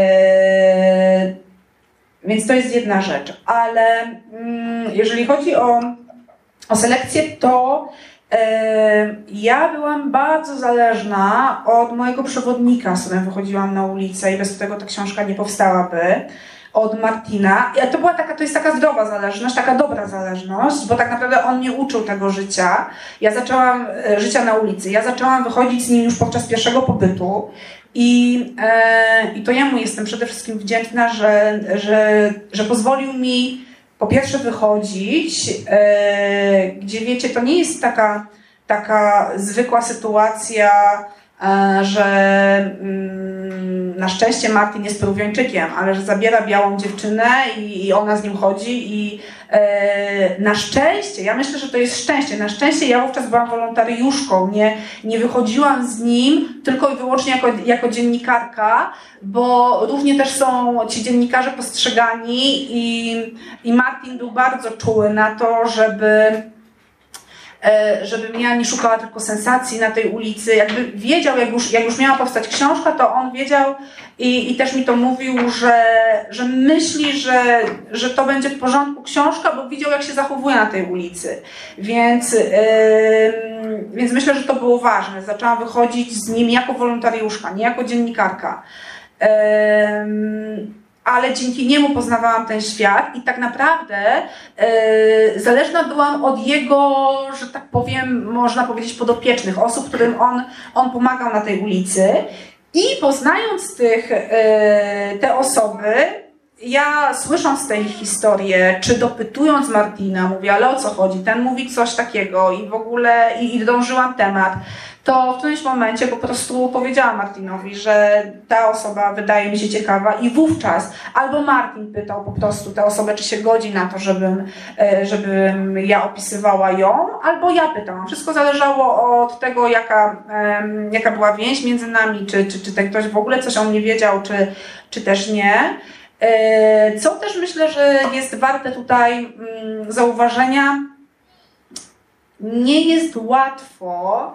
Więc to jest jedna rzecz. Ale jeżeli chodzi o selekcję, to ja byłam bardzo zależna od mojego przewodnika, z którym wychodziłam na ulicę i bez którego ta książka nie powstałaby, od Martina. I to jest taka zdrowa zależność, taka dobra zależność, bo tak naprawdę on mnie uczył tego życia. Ja zaczęłam życia na ulicy. Ja zaczęłam wychodzić z nim już podczas pierwszego pobytu i to jemu jestem przede wszystkim wdzięczna, że pozwolił mi po pierwsze wychodzić, gdzie wiecie, to nie jest taka zwykła sytuacja, że na szczęście Martin jest Peruwiańczykiem, ale że zabiera białą dziewczynę i ona z nim chodzi i na szczęście, ja myślę, że to jest szczęście, na szczęście ja wówczas byłam wolontariuszką, nie wychodziłam z nim tylko i wyłącznie jako dziennikarka, bo różnie też są ci dziennikarze postrzegani i Martin był bardzo czuły na to, żebym ja nie szukała tylko sensacji na tej ulicy. Jakby wiedział, jak już miała powstać książka, to on wiedział i też mi to mówił, że myśli, że to będzie w porządku książka, bo widział, jak się zachowuje na tej ulicy. Więc myślę, że to było ważne. Zaczęłam wychodzić z nim jako wolontariuszka, nie jako dziennikarka. Ale dzięki niemu poznawałam ten świat i tak naprawdę zależna byłam od jego, że tak powiem, można powiedzieć podopiecznych, osób, którym on pomagał na tej ulicy i poznając te osoby, ja słysząc tę historię, czy dopytując Martina, mówię, ale o co chodzi? Ten mówi coś takiego i w ogóle i dążyłam temat, to w którymś momencie po prostu powiedziałam Martinowi, że ta osoba wydaje mi się ciekawa i wówczas albo Martin pytał po prostu tę osobę, czy się godzi na to, żebym ja opisywała ją, albo ja pytałam. Wszystko zależało od tego, jaka była więź między nami, czy ten ktoś w ogóle coś o mnie wiedział, czy też nie. Co też myślę, że jest warte tutaj zauważenia, nie jest łatwo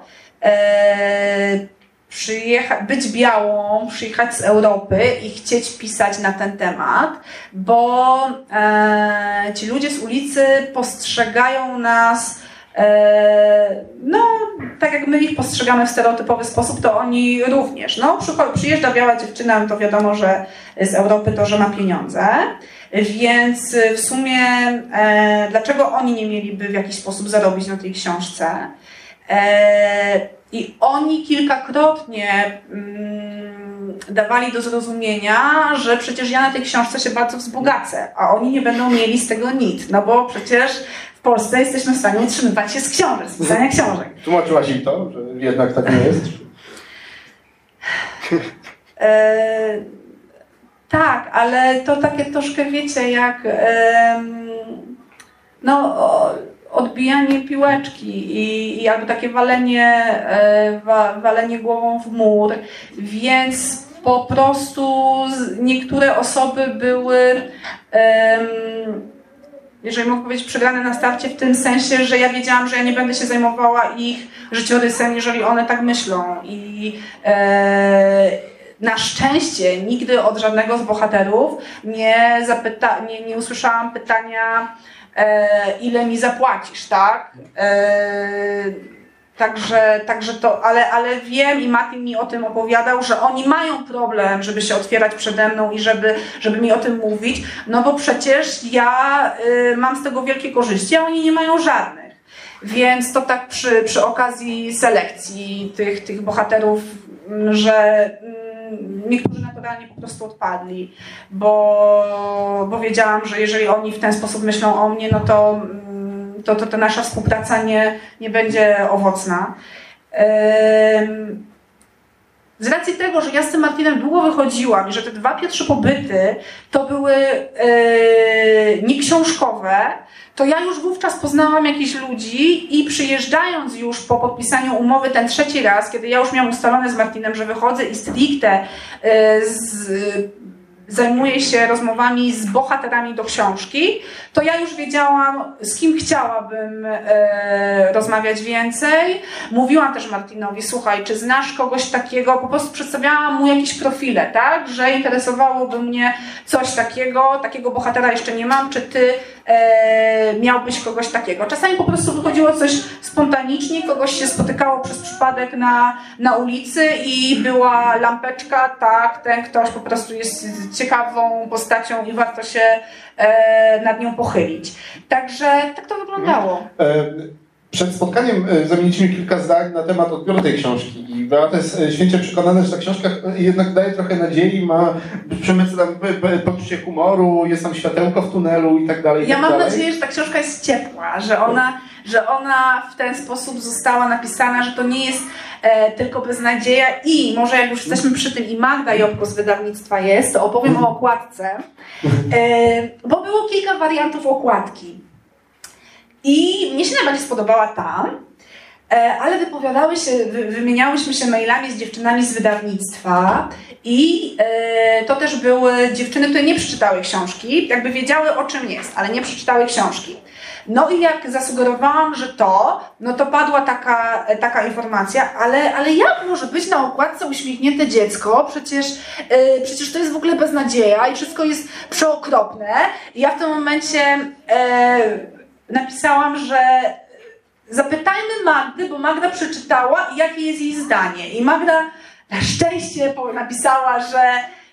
być białą, przyjechać z Europy i chcieć pisać na ten temat, bo ci ludzie z ulicy postrzegają nas no, tak jak my ich postrzegamy w stereotypowy sposób, to oni również. No, przyjeżdża biała dziewczyna, no to wiadomo, że z Europy to, że ma pieniądze, więc w sumie dlaczego oni nie mieliby w jakiś sposób zarobić na tej książce? I oni kilkakrotnie dawali do zrozumienia, że przecież ja na tej książce się bardzo wzbogacę, a oni nie będą mieli z tego nic, no bo przecież w Polsce jesteśmy w stanie utrzymywać się z książek, z pisania książek. Tłumaczyłaś im to, że jednak tak nie jest? Tak, ale to takie troszkę, wiecie, jak odbijanie piłeczki i albo takie walenie głową w mur, więc po prostu niektóre osoby były, jeżeli mogę powiedzieć, przegrane na starcie w tym sensie, że ja wiedziałam, że ja nie będę się zajmowała ich życiorysem, jeżeli one tak myślą i na szczęście nigdy od żadnego z bohaterów nie usłyszałam pytania, ile mi zapłacisz, tak? Także to, ale wiem i Martin mi o tym opowiadał, że oni mają problem, żeby się otwierać przede mną i żeby mi o tym mówić, no bo przecież ja mam z tego wielkie korzyści, a oni nie mają żadnych. Więc to tak przy okazji selekcji tych bohaterów, że niektórzy naturalnie po prostu odpadli, bo wiedziałam, że jeżeli oni w ten sposób myślą o mnie, no to nasza współpraca nie będzie owocna. Z racji tego, że ja z tym Martinem długo wychodziłam i że te dwa pierwsze pobyty to były nieksiążkowe, to ja już wówczas poznałam jakichś ludzi i przyjeżdżając już po podpisaniu umowy ten trzeci raz, kiedy ja już miałam ustalone z Martinem, że wychodzę i stricte zajmuję się rozmowami z bohaterami do książki, to ja już wiedziałam, z kim chciałabym rozmawiać więcej. Mówiłam też Martinowi, słuchaj, czy znasz kogoś takiego, po prostu przedstawiałam mu jakieś profile, tak, że interesowałoby mnie coś takiego bohatera jeszcze nie mam, czy ty miałbyś kogoś takiego. Czasami po prostu wychodziło coś spontanicznie, kogoś się spotykało przez przypadek na ulicy i była lampeczka, tak, ten ktoś po prostu jest ciekawą postacią i warto się nad nią pochylić. Także tak to wyglądało. Przed spotkaniem zamieniliśmy kilka zdań na temat odbioru tej książki i Beata jest święcie przekonana, że ta książka jednak daje trochę nadziei, ma przemysł tam poczucie humoru, jest tam światełko w tunelu i tak dalej. Ja mam nadzieję, że ta książka jest ciepła, że ona w ten sposób została napisana, że to nie jest tylko beznadzieja i może jak już jesteśmy przy tym i Magda Jobko z wydawnictwa jest, to opowiem o okładce, bo było kilka wariantów okładki. I mnie się najbardziej spodobała ta, ale wymieniałyśmy się mailami z dziewczynami z wydawnictwa i to też były dziewczyny, które nie przeczytały książki, jakby wiedziały o czym jest, ale nie przeczytały książki. No i jak zasugerowałam, że no to padła taka informacja, ale jak może być na okładce uśmiechnięte dziecko? Przecież to jest w ogóle beznadzieja i wszystko jest przeokropne. I ja w tym momencie napisałam, że zapytajmy Magdy, bo Magda przeczytała i jakie jest jej zdanie. I Magda na szczęście napisała, że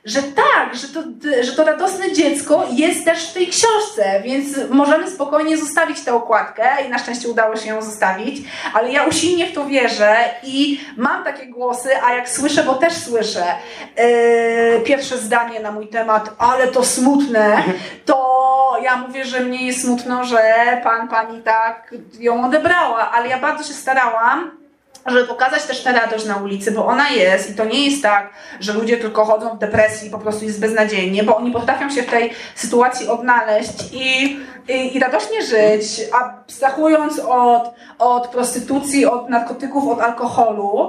że tak, że to radosne dziecko jest też w tej książce, więc możemy spokojnie zostawić tę okładkę i na szczęście udało się ją zostawić, ale ja usilnie w to wierzę i mam takie głosy, a jak słyszę, bo też słyszę pierwsze zdanie na mój temat, ale to smutne, to ja mówię, że mnie jest smutno, że pani tak ją odebrała, ale ja bardzo się starałam, żeby pokazać też tę radość na ulicy, bo ona jest i to nie jest tak, że ludzie tylko chodzą w depresji i po prostu jest beznadziejnie, bo oni potrafią się w tej sytuacji odnaleźć i radośnie żyć, abstrahując od prostytucji, od narkotyków, od alkoholu.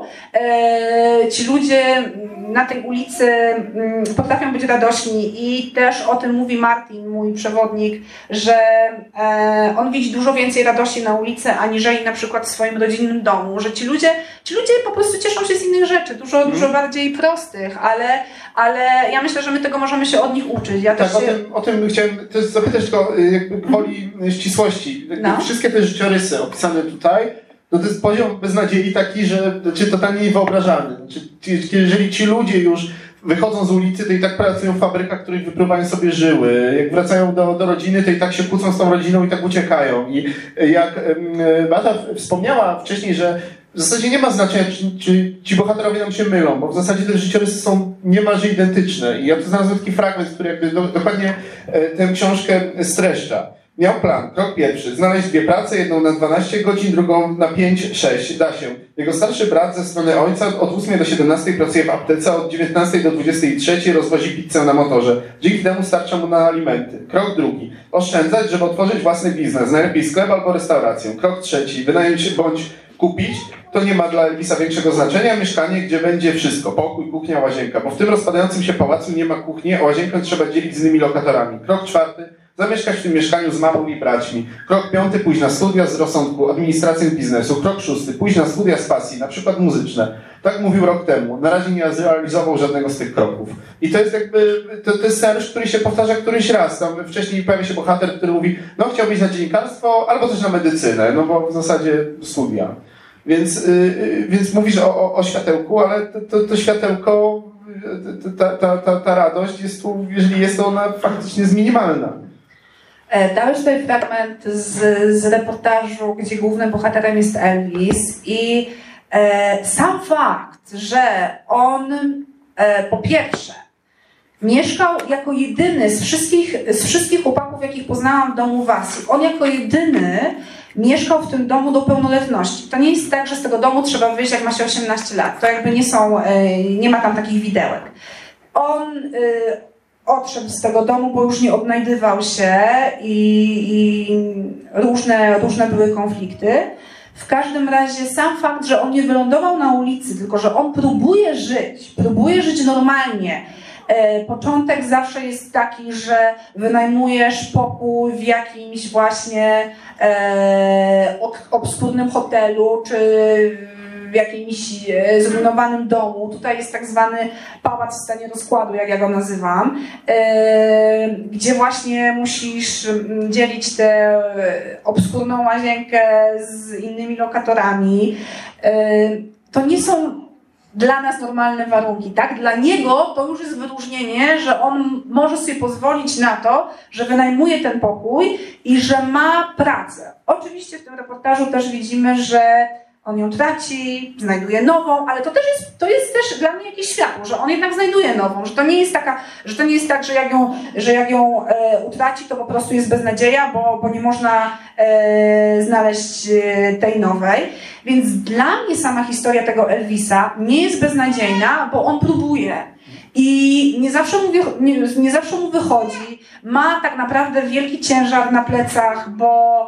Ci ludzie na tej ulicy potrafią być radośni i też o tym mówi Martin, mój przewodnik, że on widzi dużo więcej radości na ulicy, aniżeli na przykład w swoim rodzinnym domu, że ci ludzie po prostu cieszą się z innych rzeczy, dużo bardziej prostych, ale ja myślę, że my tego możemy się od nich uczyć. Ja tak, też o tym chciałem też zapytać, tylko jakby woli ścisłości. Wszystkie te życiorysy opisane tutaj, no to jest poziom beznadziei taki, że totalnie niewyobrażalny. Jeżeli ci ludzie już wychodzą z ulicy, to i tak pracują w fabrykach, w których wypływają sobie żyły. Jak wracają do rodziny, to i tak się kłócą z tą rodziną i tak uciekają. I jak Beata wspomniała wcześniej, że w zasadzie nie ma znaczenia, czy ci bohaterowie nam się mylą, bo w zasadzie te życiorysy są niemalże identyczne. I ja tu znalazłem taki fragment, który jakby dokładnie tę książkę streszcza. Miał plan. Krok pierwszy. Znaleźć 2 prace, jedną na 12 godzin, drugą na 5-6. Da się. Jego starszy brat ze strony ojca od 8 do 17 pracuje w aptece, a od 19 do 23 rozwozi pizzę na motorze. Dzięki temu starcza mu na alimenty. Krok drugi. Oszczędzać, żeby otworzyć własny biznes. Najlepiej sklep albo restaurację. Krok trzeci. Wynająć bądź kupić. To nie ma dla Elvisa większego znaczenia. Mieszkanie, gdzie będzie wszystko. Pokój, kuchnia, łazienka. Bo w tym rozpadającym się pałacu nie ma kuchni, a łazienkę trzeba dzielić z innymi lokatorami. Krok czwarty. Zamieszkać w tym mieszkaniu z mamą i braćmi. Krok 5. Pójść na studia z rozsądku, administrację biznesu. Krok 6. Pójść na studia z pasji, na przykład muzyczne. Tak mówił rok temu. Na razie nie zrealizował żadnego z tych kroków. I to jest jakby, to jest scenariusz, który się powtarza któryś raz. Tam wcześniej pojawia się bohater, który mówi, no chciałby iść na dziennikarstwo, albo też na medycynę, no bo w zasadzie studia. Więc mówisz o światełku, ale to światełko, ta radość jest tu, jeżeli jest to ona faktycznie jest minimalna. Dałeś tutaj fragment z reportażu, gdzie głównym bohaterem jest Elvis i sam fakt, że on po pierwsze mieszkał jako jedyny z wszystkich chłopaków, jakich poznałam w domu Wasi, on jako jedyny mieszkał w tym domu do pełnoletności. To nie jest tak, że z tego domu trzeba wyjść, jak ma się 18 lat. To jakby nie ma tam takich widełek. On odszedł z tego domu, bo już nie odnajdywał się i różne były konflikty. W każdym razie sam fakt, że on nie wylądował na ulicy, tylko że on próbuje żyć normalnie. Początek zawsze jest taki, że wynajmujesz pokój w jakimś właśnie obskurnym hotelu, czy w jakimś zrujnowanym domu. Tutaj jest tak zwany pałac w stanie rozkładu, jak ja go nazywam, gdzie właśnie musisz dzielić tę obskurną łazienkę z innymi lokatorami. To nie są dla nas normalne warunki, tak? Dla niego to już jest wyróżnienie, że on może sobie pozwolić na to, że wynajmuje ten pokój i że ma pracę. Oczywiście w tym reportażu też widzimy, że on ją traci, znajduje nową, ale to jest też dla mnie jakieś światło, że on jednak znajduje nową, że to nie jest tak, że jak ją utraci, to po prostu jest beznadzieja, bo nie można znaleźć tej nowej. Więc dla mnie sama historia tego Elvisa nie jest beznadziejna, bo on próbuje. I nie zawsze mu wychodzi. Ma tak naprawdę wielki ciężar na plecach, bo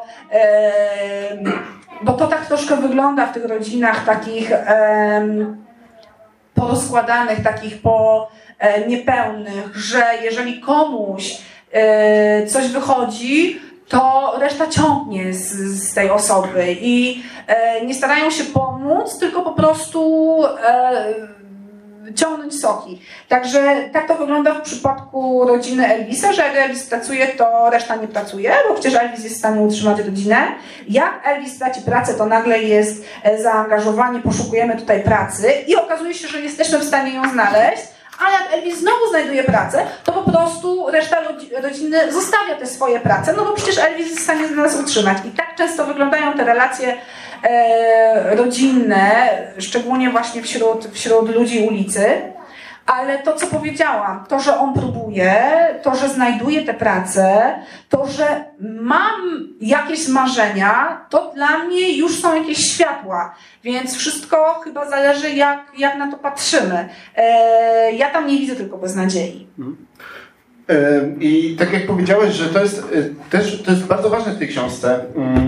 to tak troszkę wygląda w tych rodzinach takich porozkładanych, takich niepełnych, że jeżeli komuś coś wychodzi, to reszta ciągnie z tej osoby i nie starają się pomóc, tylko po prostu ciągnąć soki. Także tak to wygląda w przypadku rodziny Elvisa, że jak Elvis pracuje, to reszta nie pracuje, bo przecież Elvis jest w stanie utrzymać rodzinę. Jak Elvis traci pracę, to nagle jest zaangażowani, poszukujemy tutaj pracy i okazuje się, że jesteśmy w stanie ją znaleźć, A jak Elvis znowu znajduje pracę, to po prostu reszta rodziny zostawia te swoje prace, no bo przecież Elvis jest w stanie nas utrzymać. I tak często wyglądają te relacje rodzinne, szczególnie właśnie wśród ludzi ulicy. Ale to, co powiedziałam, to, że on próbuje, to, że znajduje tę pracę, to, że mam jakieś marzenia, to dla mnie już są jakieś światła. Więc wszystko chyba zależy, jak na to patrzymy. Ja tam nie widzę tylko beznadziei. I tak jak powiedziałeś, że to jest bardzo ważne w tej książce,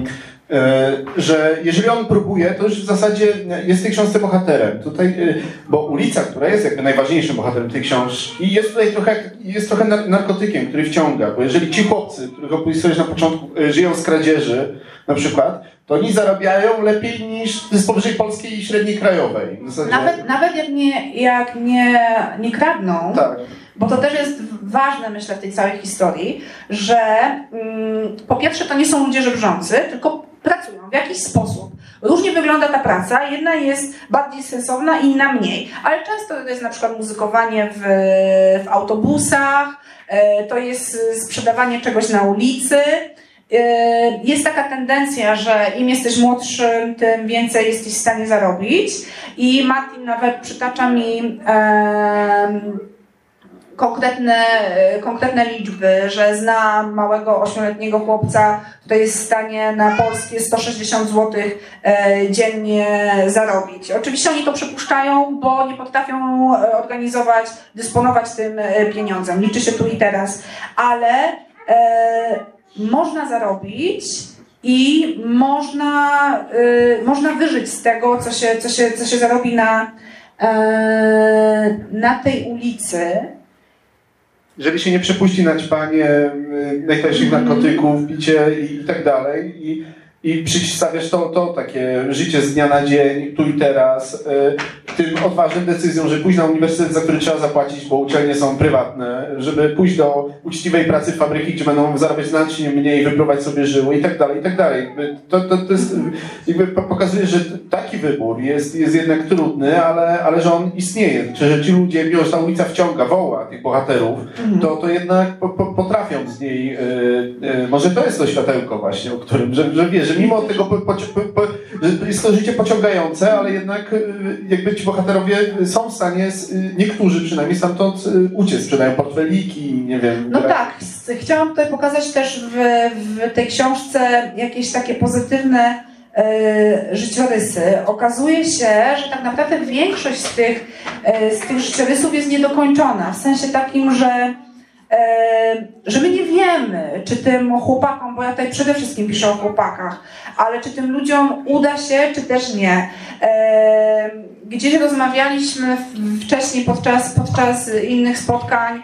że jeżeli on próbuje, to już w zasadzie jest w tej książce bohaterem. Tutaj, bo ulica, która jest jakby najważniejszym bohaterem tej książki, jest tutaj trochę narkotykiem, który wciąga, bo jeżeli ci chłopcy, których opisujesz na początku, żyją z kradzieży na przykład, to oni zarabiają lepiej niż z powyżej polskiej średniej krajowej. Nawet jak nie kradną, tak. Bo to też jest ważne, myślę, w tej całej historii, że po pierwsze to nie są ludzie żebrzący, tylko pracują w jakiś sposób. Różnie wygląda ta praca, jedna jest bardziej sensowna, inna mniej. Ale często to jest na przykład muzykowanie w autobusach, to jest sprzedawanie czegoś na ulicy. Jest taka tendencja, że im jesteś młodszym, tym więcej jesteś w stanie zarobić. I Martin nawet przytacza mi konkretne liczby, że zna małego 8-letniego chłopca, który jest w stanie na polskie 160 zł dziennie zarobić. Oczywiście oni to przypuszczają, bo nie potrafią organizować, dysponować tym pieniądzem. Liczy się tu i teraz. Ale można zarobić i można wyżyć z tego, co się zarobi na tej ulicy. Jeżeli się nie przepuści na ćpanie najtańszych narkotyków, picie i tak dalej i przedstawiasz to takie życie z dnia na dzień, tu i teraz, tym odważnym decyzjom, żeby pójść na uniwersytet, za który trzeba zapłacić, bo uczelnie są prywatne, żeby pójść do uczciwej pracy w fabryki, gdzie będą zarabiać znacznie mniej, wypróbować sobie żyło i tak dalej, i tak dalej. To jest, jakby pokazuje, że taki wybór jest jednak trudny, ale że on istnieje. Że ci ludzie, mimo że ta ulica wciąga, woła tych bohaterów, to jednak potrafią z niej, może to jest to światełko właśnie, o którym, że wiesz, że mimo tego, że jest to życie pociągające, ale jednak jakby ci bohaterowie są w stanie, niektórzy przynajmniej stamtąd uciec, sprzedają portfeliki, nie wiem. No tak, chciałam tutaj pokazać też w tej książce jakieś takie pozytywne życiorysy. Okazuje się, że tak naprawdę większość z tych życiorysów jest niedokończona, w sensie takim, że my nie wiemy, czy tym chłopakom, bo ja tutaj przede wszystkim piszę o chłopakach, ale czy tym ludziom uda się, czy też nie. Gdzieś rozmawialiśmy wcześniej podczas innych spotkań,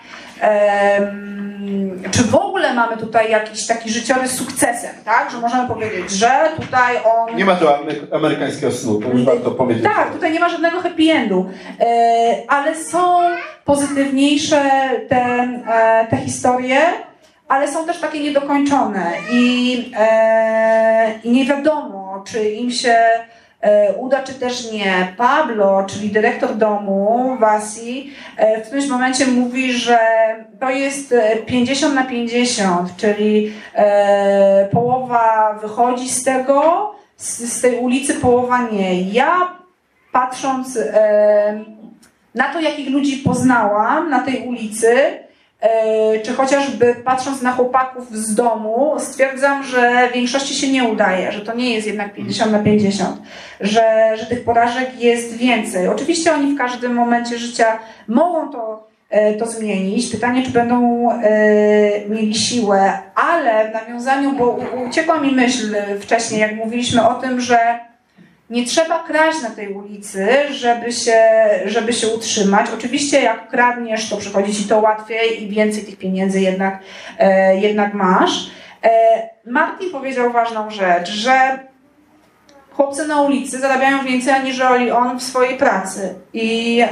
czy w ogóle mamy tutaj jakiś taki życiorys z sukcesem, tak? Że możemy powiedzieć, że tutaj on... Nie ma tu amerykańskiego snu, to już warto powiedzieć. Tak, tutaj nie ma żadnego happy endu, ale są pozytywniejsze te historie, ale są też takie niedokończone i nie wiadomo, czy im się uda, czy też nie. Pablo, czyli dyrektor domu, Wasi, w którymś momencie mówi, że to jest 50/50, czyli połowa wychodzi z tego, z tej ulicy, połowa nie. Ja patrząc na to, jakich ludzi poznałam na tej ulicy, czy chociażby patrząc na chłopaków z domu, stwierdzam, że większości się nie udaje, że to nie jest jednak 50/50, że tych porażek jest więcej. Oczywiście oni w każdym momencie życia mogą to zmienić. Pytanie, czy będą mieli siłę, ale w nawiązaniu, bo uciekła mi myśl wcześniej, jak mówiliśmy o tym, że nie trzeba kraść na tej ulicy, żeby się utrzymać. Oczywiście jak kradniesz, to przychodzi ci to łatwiej i więcej tych pieniędzy jednak masz. Martin powiedział ważną rzecz, że chłopcy na ulicy zarabiają więcej aniżeli on w swojej pracy. I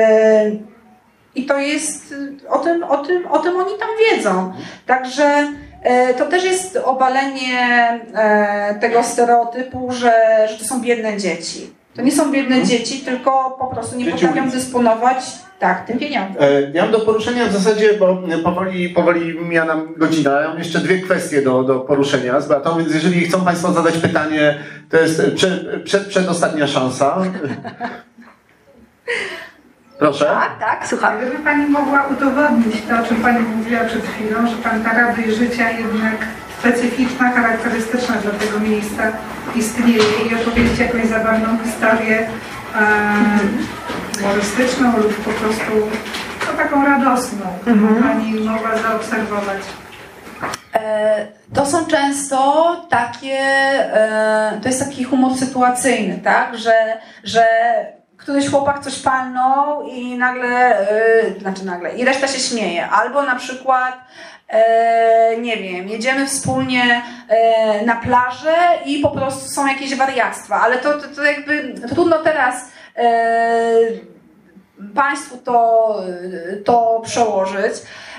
to jest, o tym oni tam wiedzą. Także to też jest obalenie tego stereotypu, że to są biedne dzieci. To nie są biedne dzieci, tylko po prostu nie Dzieci potrafią ulicy. dysponować tym pieniądzem. Ja mam do poruszenia w zasadzie, bo powoli mija nam godzina. Ja mam jeszcze dwie kwestie do poruszenia z Beatą, więc jeżeli chcą Państwo zadać pytanie, to jest przedostatnia szansa. Proszę. Tak, słucham. Gdyby Pani mogła udowodnić to, o czym Pani mówiła przed chwilą, że Pan ta radość życia jednak specyficzna, charakterystyczna dla tego miejsca istnieje i opowiedzieć jakąś zabawną historię humorystyczną lub po prostu taką radosną, którą Pani mogła zaobserwować. To są często takie, to jest taki humor sytuacyjny, tak, że któryś chłopak coś palnął i nagle, i reszta się śmieje. Albo na przykład, nie wiem, jedziemy wspólnie na plażę i po prostu są jakieś wariactwa, ale to trudno teraz Państwu to przełożyć.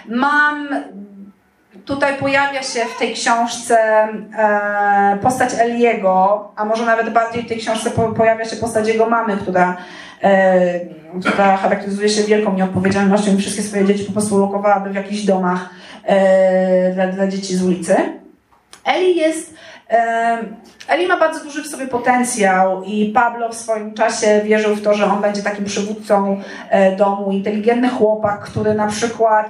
Tutaj pojawia się w tej książce postać Eliego, a może nawet bardziej w tej książce pojawia się postać jego mamy, która charakteryzuje się wielką nieodpowiedzialnością i wszystkie swoje dzieci po prostu ulokowałaby w jakichś domach dla dzieci z ulicy. Eli ma bardzo duży w sobie potencjał i Pablo w swoim czasie wierzył w to, że on będzie takim przywódcą domu. Inteligentny chłopak, który na przykład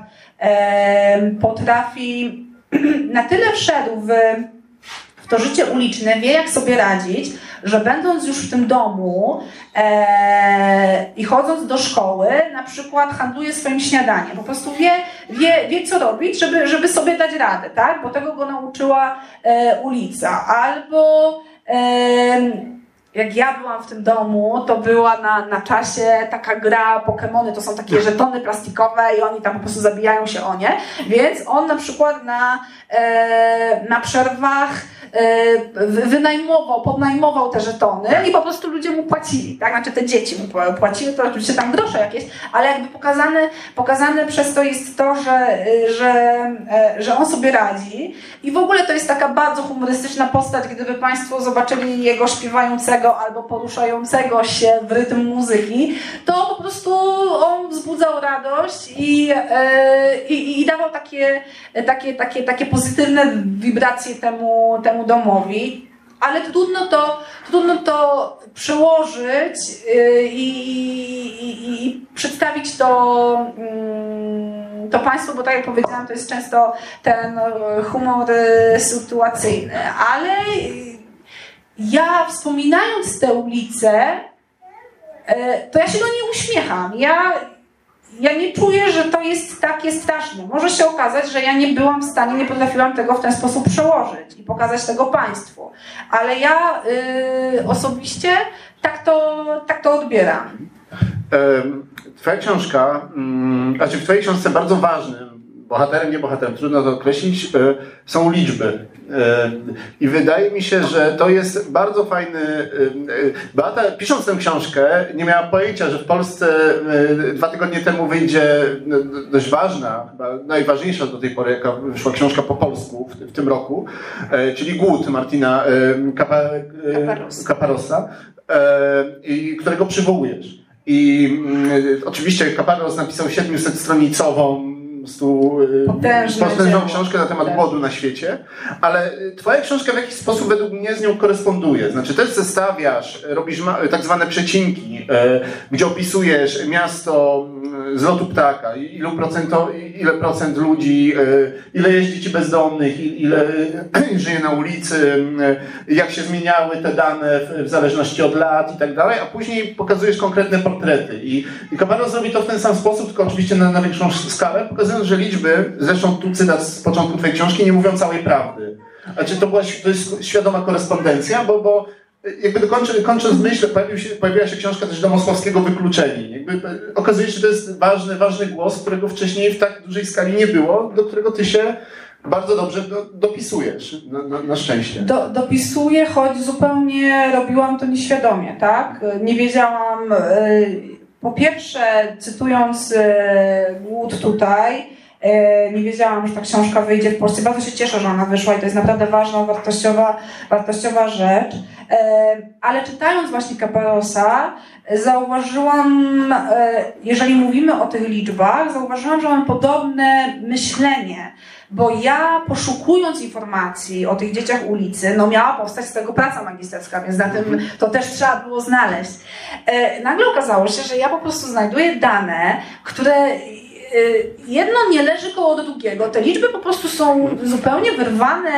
potrafi, na tyle wszedł w to życie uliczne, wie jak sobie radzić, że będąc już w tym domu i chodząc do szkoły, na przykład handluje swoim śniadaniem. Po prostu wie co robić, żeby sobie dać radę, tak? Bo tego go nauczyła ulica. Albo jak ja byłam w tym domu, to była na czasie taka gra Pokemony, to są takie żetony plastikowe i oni tam po prostu zabijają się o nie, więc on na przykład na przerwach podnajmował te żetony i po prostu ludzie mu płacili, tak? Znaczy te dzieci mu płaciły, to oczywiście tam grosze jakieś, ale jakby pokazane przez to jest to, że on sobie radzi i w ogóle to jest taka bardzo humorystyczna postać, gdyby Państwo zobaczyli jego śpiewającego albo poruszającego się w rytm muzyki, to po prostu on wzbudzał radość i dawał takie pozytywne wibracje temu domowi, ale trudno to przełożyć i przedstawić to Państwu, bo tak jak powiedziałam, to jest często ten humor sytuacyjny, ale ja wspominając tę ulicę, to ja się do niej uśmiecham. Ja nie czuję, że to jest takie straszne. Może się okazać, że ja nie byłam w stanie, nie potrafiłam tego w ten sposób przełożyć i pokazać tego Państwu. Ale ja osobiście tak to odbieram. Twoja książka, znaczy w Twojej książce bardzo ważnym bohaterem, nie bohaterem, trudno to określić, są liczby. I wydaje mi się, że to jest bardzo fajny... Beata, pisząc tę książkę, nie miała pojęcia, że w Polsce 2 tygodnie temu wyjdzie dość ważna, chyba najważniejsza do tej pory, jaka wyszła książka po polsku w tym roku, czyli Głód Martina Caparosa, którego przywołujesz. I oczywiście Caparros napisał 700-stronicową potężną książkę na temat głodu na świecie, ale Twoja książka w jakiś sposób według mnie z nią koresponduje. Znaczy też zestawiasz, robisz tak zwane przecinki, gdzie opisujesz miasto z lotu ptaka, ile procent ludzi, ile jest dzieci bezdomnych, ile żyje na ulicy, jak się zmieniały te dane w zależności od lat i tak dalej, a później pokazujesz konkretne portrety. I Caparros robi to w ten sam sposób, tylko oczywiście na większą skalę, pokazując, że liczby, zresztą tu cytat z początku Twojej książki, nie mówią całej prawdy. Znaczy to jest świadoma korespondencja, bo jakby kończąc myśl, pojawiła się książka też Domosławskiego Wykluczeni. Jakby okazuje się, że to jest ważny głos, którego wcześniej w tak dużej skali nie było, do którego Ty się bardzo dobrze dopisujesz, na szczęście. Dopisuję, choć zupełnie robiłam to nieświadomie, tak? Nie wiedziałam, po pierwsze, cytując Głód tutaj, Nie wiedziałam, że ta książka wyjdzie w Polsce. Bardzo się cieszę, że ona wyszła i to jest naprawdę ważna, wartościowa rzecz. Ale czytając właśnie Kaparosa, zauważyłam, jeżeli mówimy o tych liczbach, zauważyłam, że mam podobne myślenie. Bo ja, poszukując informacji o tych dzieciach ulicy, no miała powstać z tego praca magisterska, więc na tym to też trzeba było znaleźć. Nagle okazało się, że ja po prostu znajduję dane, które jedno nie leży koło drugiego. Te liczby po prostu są zupełnie wyrwane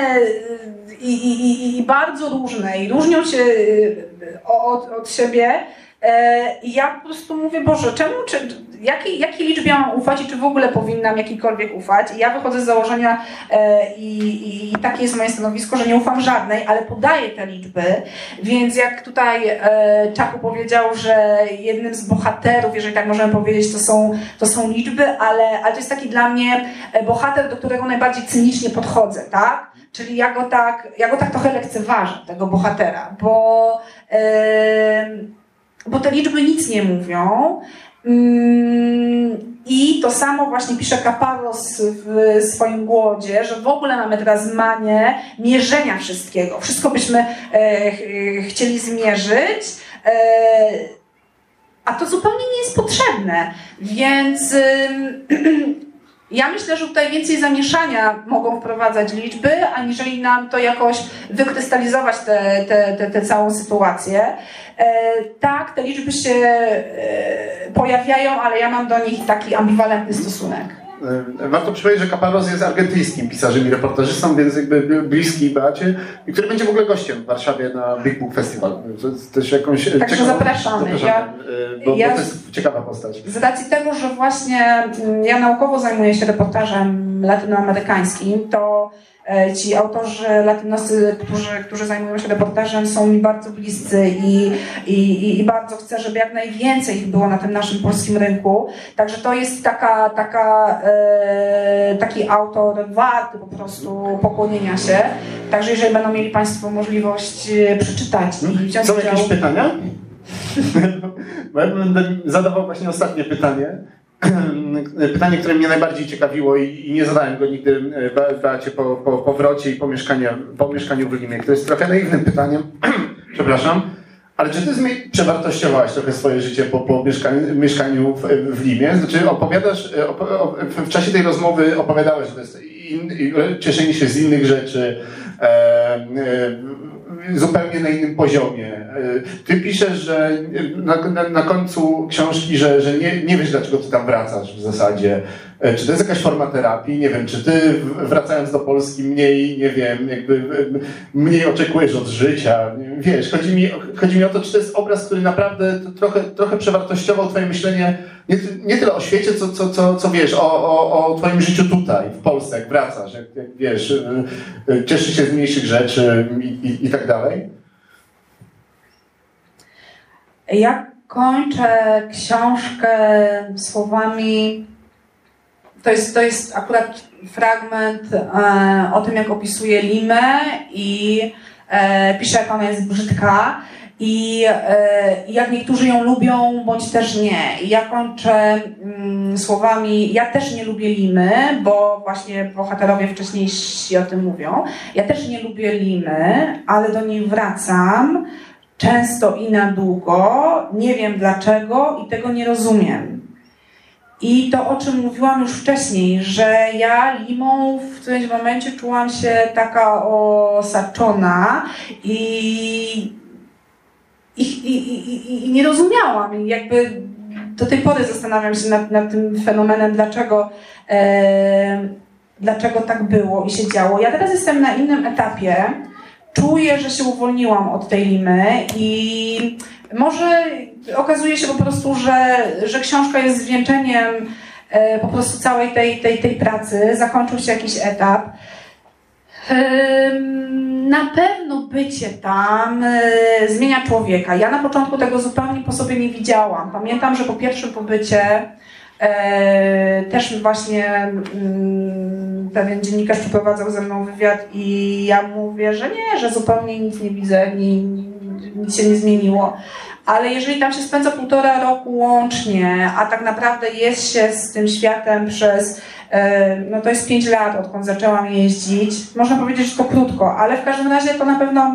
i bardzo różne i różnią się od siebie. I ja po prostu mówię, Boże, jakiej liczbie mam ufać i czy w ogóle powinnam jakiejkolwiek ufać? I ja wychodzę z założenia i takie jest moje stanowisko, że nie ufam żadnej, ale podaję te liczby, więc jak tutaj Czaku powiedział, że jednym z bohaterów, jeżeli tak możemy powiedzieć, to są liczby, ale to jest taki dla mnie bohater, do którego najbardziej cynicznie podchodzę, tak? Czyli ja go tak trochę lekceważę, tego bohatera, bo te liczby nic nie mówią. I to samo właśnie pisze Kaparos w swoim Głodzie, że w ogóle mamy teraz manię mierzenia wszystkiego. Wszystko byśmy chcieli zmierzyć, a to zupełnie nie jest potrzebne. Więc ja myślę, że tutaj więcej zamieszania mogą wprowadzać liczby, aniżeli nam to jakoś wykrystalizować tę całą sytuację. Tak, te liczby się pojawiają, ale ja mam do nich taki ambiwalentny stosunek. Warto przypomnieć, że Kaparos jest argentyńskim pisarzem i reportażystą, więc jakby bliski Beacie, i który będzie w ogóle gościem w Warszawie na Big Book Festival. To jest też jakąś... Także zapraszamy. Bo to jest ciekawa postać. Z racji tego, że właśnie ja naukowo zajmuję się reportażem latynoamerykańskim, to ci autorzy latynoscy, którzy zajmują się reportażem, są mi bardzo bliscy i bardzo chcę, żeby jak najwięcej ich było na tym naszym polskim rynku. Także to jest taki autor warty po prostu pokłonienia się. Także jeżeli będą mieli Państwo możliwość przeczytać i wziąć Są udział... jakieś pytania? Bo ja będę zadawał właśnie ostatnie pytanie. Pytanie, które mnie najbardziej ciekawiło i nie zadałem go nigdy Beacie po powrocie i po mieszkaniu w Limie. To jest trochę naiwnym pytaniem, przepraszam, ale czy ty przewartościowałaś trochę swoje życie po mieszkaniu w Limie? Znaczy w czasie tej rozmowy opowiadałeś, że to jest cieszenie się z innych rzeczy, zupełnie na innym poziomie. Ty piszesz, że na końcu książki, że nie wiesz, dlaczego ty tam wracasz w zasadzie. Czy to jest jakaś forma terapii? Nie wiem, czy ty wracając do Polski mniej oczekujesz od życia? Wiesz, chodzi mi o to, czy to jest obraz, który naprawdę trochę przewartościował twoje myślenie nie tyle o świecie, co wiesz, o twoim życiu tutaj, w Polsce, jak wracasz, jak wiesz, cieszysz się z mniejszych rzeczy i tak dalej? Ja kończę książkę słowami, to jest akurat fragment o tym, jak opisuje Limę i pisze, jak ona jest brzydka i jak niektórzy ją lubią, bądź też nie. I ja kończę słowami, ja też nie lubię Limy, bo właśnie bohaterowie wcześniejsi o tym mówią. Ja też nie lubię Limy, ale do niej wracam często i na długo, nie wiem dlaczego i tego nie rozumiem. I to, o czym mówiłam już wcześniej, że ja Limą w którymś momencie czułam się taka osaczona i nie rozumiałam. I jakby do tej pory zastanawiam się nad tym fenomenem, dlaczego tak było i się działo. Ja teraz jestem na innym etapie. Czuję, że się uwolniłam od tej Limy i może okazuje się po prostu, że książka jest zwieńczeniem po prostu całej tej pracy. Zakończył się jakiś etap. Na pewno bycie tam zmienia człowieka. Ja na początku tego zupełnie po sobie nie widziałam. Pamiętam, że po pierwszym pobycie Też właśnie pewien dziennikarz przeprowadzał ze mną wywiad i ja mówię, że nie, że zupełnie nic nie widzę, nic się nie zmieniło. Ale jeżeli tam się spędza 1,5 roku łącznie, a tak naprawdę jest się z tym światem przez, no to jest 5 lat, odkąd zaczęłam jeździć, można powiedzieć, że to krótko, ale w każdym razie to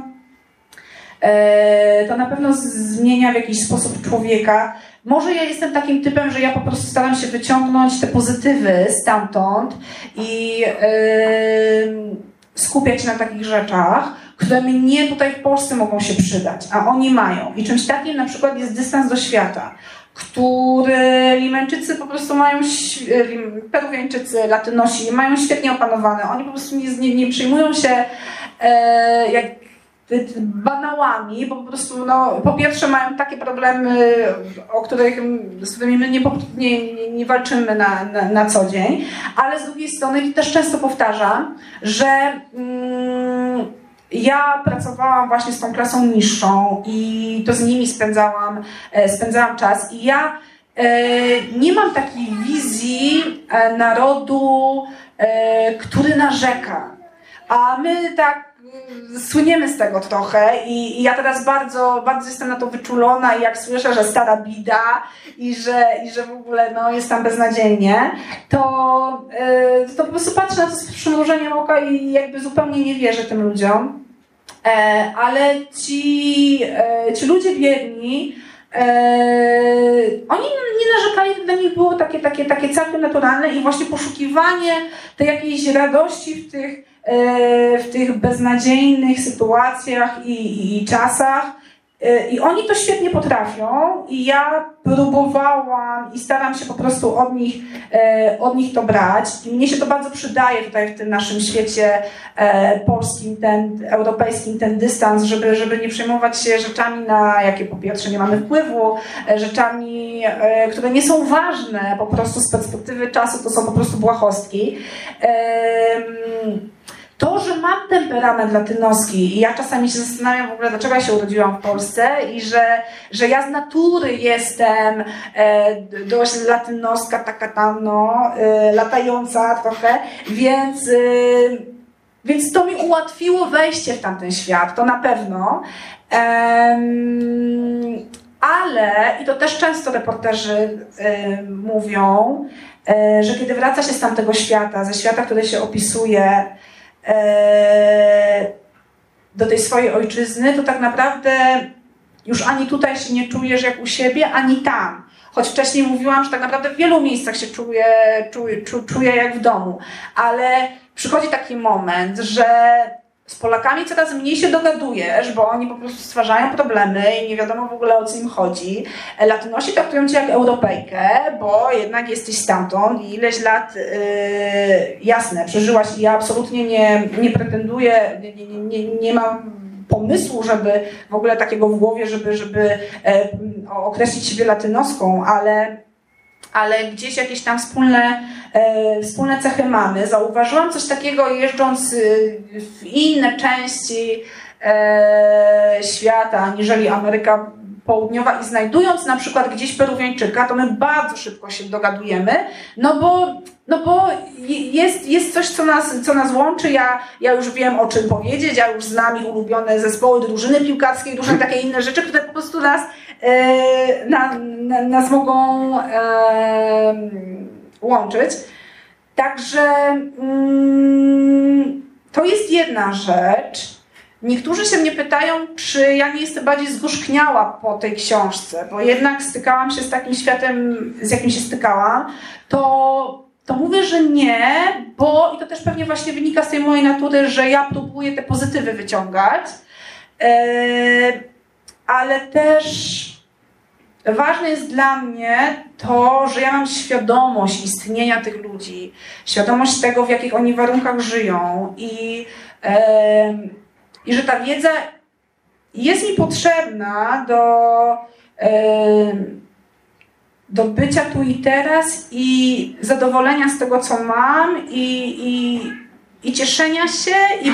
na pewno zmienia w jakiś sposób człowieka. Może ja jestem takim typem, że ja po prostu staram się wyciągnąć te pozytywy stamtąd i skupiać się na takich rzeczach, które mnie tutaj w Polsce mogą się przydać, a oni mają. I czymś takim na przykład jest dystans do świata, który Limeńczycy po prostu mają, Peruwiańczycy, Latynosi mają świetnie opanowane. Oni po prostu nie przyjmują się jak banałami, bo po prostu po pierwsze mają takie problemy, z którymi my nie walczymy na co dzień, ale z drugiej strony też często powtarzam, że ja pracowałam właśnie z tą klasą niższą i to z nimi spędzałam czas i ja nie mam takiej wizji narodu, który narzeka, a my tak słyniemy z tego trochę i ja teraz bardzo, bardzo jestem na to wyczulona i jak słyszę, że stara bida i że w ogóle jest tam beznadziejnie, to po prostu patrzę na to z przymrużeniem oka i jakby zupełnie nie wierzę tym ludziom. Ale ci ludzie biedni, oni nie narzekali, dla nich było takie całkiem naturalne i właśnie poszukiwanie tej jakiejś radości w tych beznadziejnych sytuacjach i czasach. I oni to świetnie potrafią i ja próbowałam i staram się po prostu od nich to brać i mnie się to bardzo przydaje tutaj w tym naszym świecie polskim, europejskim, ten dystans, żeby nie przejmować się rzeczami, na jakie po pierwsze nie mamy wpływu, rzeczami, które nie są ważne po prostu z perspektywy czasu, to są po prostu błahostki. To, że mam temperament latynoski i ja czasami się zastanawiam w ogóle, dlaczego ja się urodziłam w Polsce i że ja z natury jestem dość latynoska, taka tam latająca trochę, więc to mi ułatwiło wejście w tamten świat, to na pewno. Ale, i to też często reporterzy mówią, że kiedy wraca się z tamtego świata, ze świata, który się opisuje, do tej swojej ojczyzny, to tak naprawdę już ani tutaj się nie czujesz jak u siebie, ani tam. Choć wcześniej mówiłam, że tak naprawdę w wielu miejscach się czuję jak w domu. Ale przychodzi taki moment, że z Polakami coraz mniej się dogadujesz, bo oni po prostu stwarzają problemy i nie wiadomo w ogóle o co im chodzi. Latynosi traktują cię jak Europejkę, bo jednak jesteś stamtąd i ileś lat, jasne, przeżyłaś i ja absolutnie nie pretenduję, nie mam pomysłu, żeby w ogóle takiego w głowie, żeby określić siebie latynoską, ale gdzieś jakieś tam wspólne cechy mamy. Zauważyłam coś takiego jeżdżąc w inne części świata, aniżeli Ameryka Południowa i znajdując na przykład gdzieś Peruwiańczyka, to my bardzo szybko się dogadujemy, no bo jest coś, co nas łączy. Ja już wiem, o czym powiedzieć, ja już znam ich ulubione zespoły, drużyny piłkarskie, różne takie inne rzeczy, które po prostu nas mogą łączyć. Także to jest jedna rzecz. Niektórzy się mnie pytają, czy ja nie jestem bardziej zgorzkniała po tej książce, bo jednak stykałam się z takim światem, z jakim się stykałam, to mówię, że nie, bo i to też pewnie właśnie wynika z tej mojej natury, że ja próbuję te pozytywy wyciągać, ale też ważne jest dla mnie to, że ja mam świadomość istnienia tych ludzi, świadomość tego, w jakich oni warunkach żyją i że ta wiedza jest mi potrzebna do bycia tu i teraz i zadowolenia z tego, co mam i cieszenia się i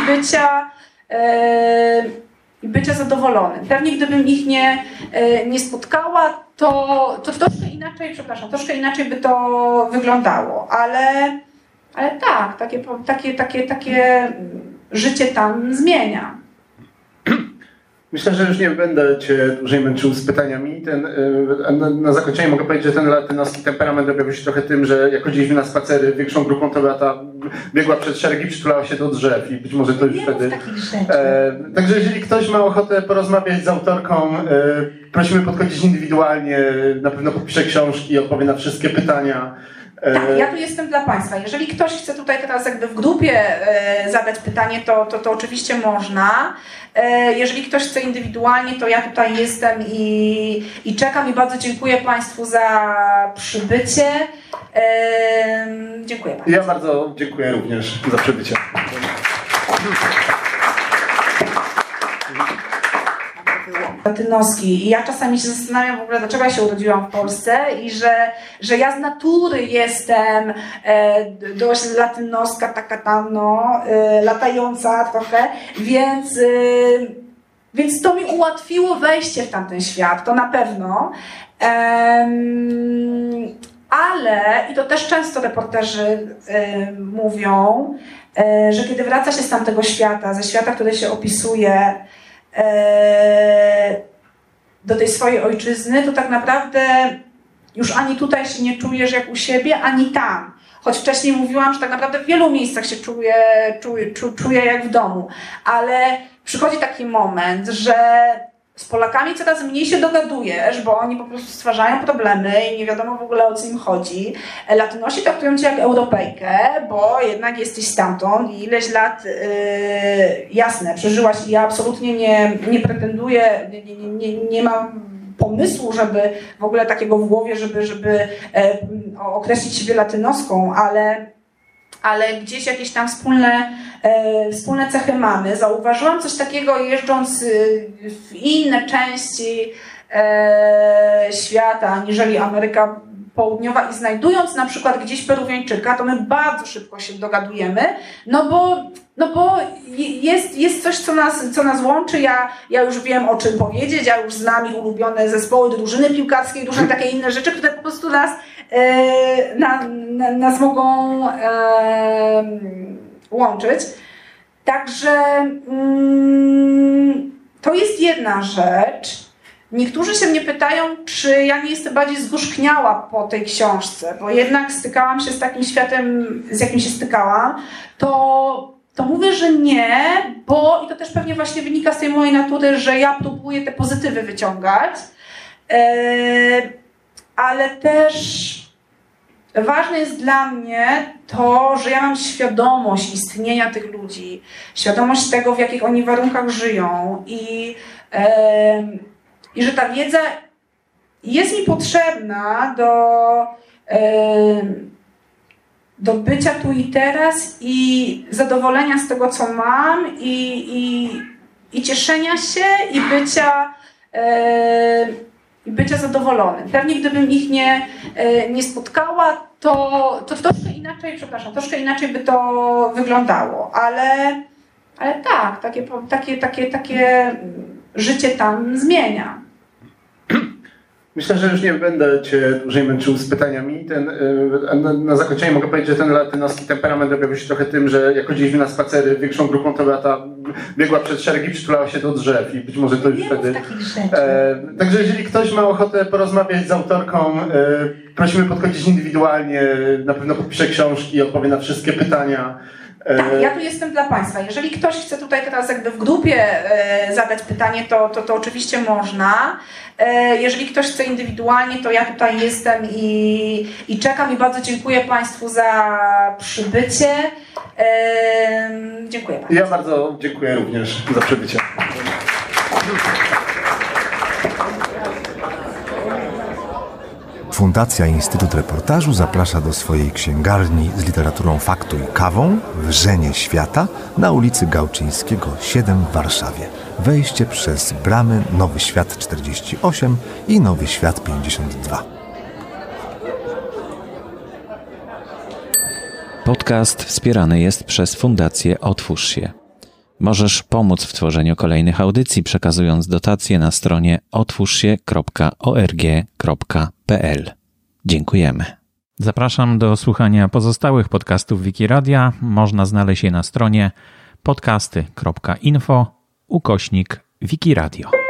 bycia zadowolonym. Pewnie gdybym ich nie spotkała, to troszkę inaczej by to wyglądało, ale tak, takie życie tam zmienia. Myślę, że już nie będę Cię dłużej męczył z pytaniami. Na zakończenie mogę powiedzieć, że ten latynoski temperament objawił się trochę tym, że jak chodziliśmy na spacery większą grupą, to Beata biegła przed szereg i przytulała się do drzew i być może to już wtedy... Także jeżeli ktoś ma ochotę porozmawiać z autorką, prosimy podchodzić indywidualnie, na pewno podpisze książki, odpowie na wszystkie pytania. Tak, ja tu jestem dla Państwa. Jeżeli ktoś chce tutaj teraz jakby w grupie zadać pytanie, to oczywiście można. Jeżeli ktoś chce indywidualnie, to ja tutaj jestem i czekam i bardzo dziękuję Państwu za przybycie. Dziękuję bardzo. Ja bardzo dziękuję również za przybycie. Latynoski. I ja czasami się zastanawiam w ogóle, dlaczego ja się urodziłam w Polsce i że ja z natury jestem dość latynoska, taka tam, latająca trochę, więc to mi ułatwiło wejście w tamten świat, to na pewno. Ale, i to też często reporterzy mówią, że kiedy wraca się z tamtego świata, ze świata, który się opisuje, do tej swojej ojczyzny, to tak naprawdę już ani tutaj się nie czujesz jak u siebie, ani tam. Choć wcześniej mówiłam, że tak naprawdę w wielu miejscach się czuję jak w domu. Ale przychodzi taki moment, że z Polakami coraz mniej się dogadujesz, bo oni po prostu stwarzają problemy i nie wiadomo w ogóle o co im chodzi. Latynosi traktują cię jak Europejkę, bo jednak jesteś stamtąd i ileś lat, jasne, przeżyłaś i ja absolutnie nie pretenduję, nie mam pomysłu, żeby w ogóle takiego w głowie, żeby określić siebie latynoską, ale gdzieś jakieś tam wspólne cechy mamy. Zauważyłam coś takiego jeżdżąc w inne części świata, aniżeli Ameryka Południowa i znajdując na przykład gdzieś Peruwiańczyka, to my bardzo szybko się dogadujemy, no bo jest coś, co nas łączy. Ja już wiem, o czym powiedzieć, ja już znam ich ulubione zespoły, drużyny piłkarskie i różne takie inne rzeczy, które po prostu nas mogą łączyć. Także to jest jedna rzecz. Niektórzy się mnie pytają, czy ja nie jestem bardziej zgorzkniała po tej książce, bo jednak stykałam się z takim światem, z jakim się stykałam, to mówię, że nie, bo i to też pewnie właśnie wynika z tej mojej natury, że ja próbuję te pozytywy wyciągać, ale też ważne jest dla mnie to, że ja mam świadomość istnienia tych ludzi, świadomość tego, w jakich oni warunkach żyją i że ta wiedza jest mi potrzebna do bycia tu i teraz i zadowolenia z tego, co mam i cieszenia się i bycia zadowolonym. Pewnie gdybym ich nie spotkała, to troszkę inaczej by to wyglądało, ale tak, takie życie tam zmienia. Myślę, że już nie będę Cię dłużej męczył z pytaniami. Na zakończenie mogę powiedzieć, że ten latynoski temperament objawił się trochę tym, że jak chodziliśmy na spacery większą grupą, to Beata biegła przed szereg i przytulała się do drzew i być może to już wtedy... Także jeżeli ktoś ma ochotę porozmawiać z autorką, prosimy podchodzić indywidualnie, na pewno podpisze książki i odpowie na wszystkie pytania. Tak, ja tu jestem dla Państwa. Jeżeli ktoś chce tutaj teraz jakby w grupie zadać pytanie, to oczywiście można. Jeżeli ktoś chce indywidualnie, to ja tutaj jestem i czekam i bardzo dziękuję Państwu za przybycie. Dziękuję bardzo. Ja bardzo dziękuję również za przybycie. Fundacja Instytut Reportażu zaprasza do swojej księgarni z literaturą faktu i kawą Wrzenie Świata na ulicy Gałczyńskiego 7 w Warszawie. Wejście przez bramy Nowy Świat 48 i Nowy Świat 52. Podcast wspierany jest przez Fundację Otwórz się. Możesz pomóc w tworzeniu kolejnych audycji, przekazując dotacje na stronie otwórzsie.org.pl. Dziękujemy. Zapraszam do słuchania pozostałych podcastów Wikiradia. Można znaleźć je na stronie podcasty.info/Wikiradio.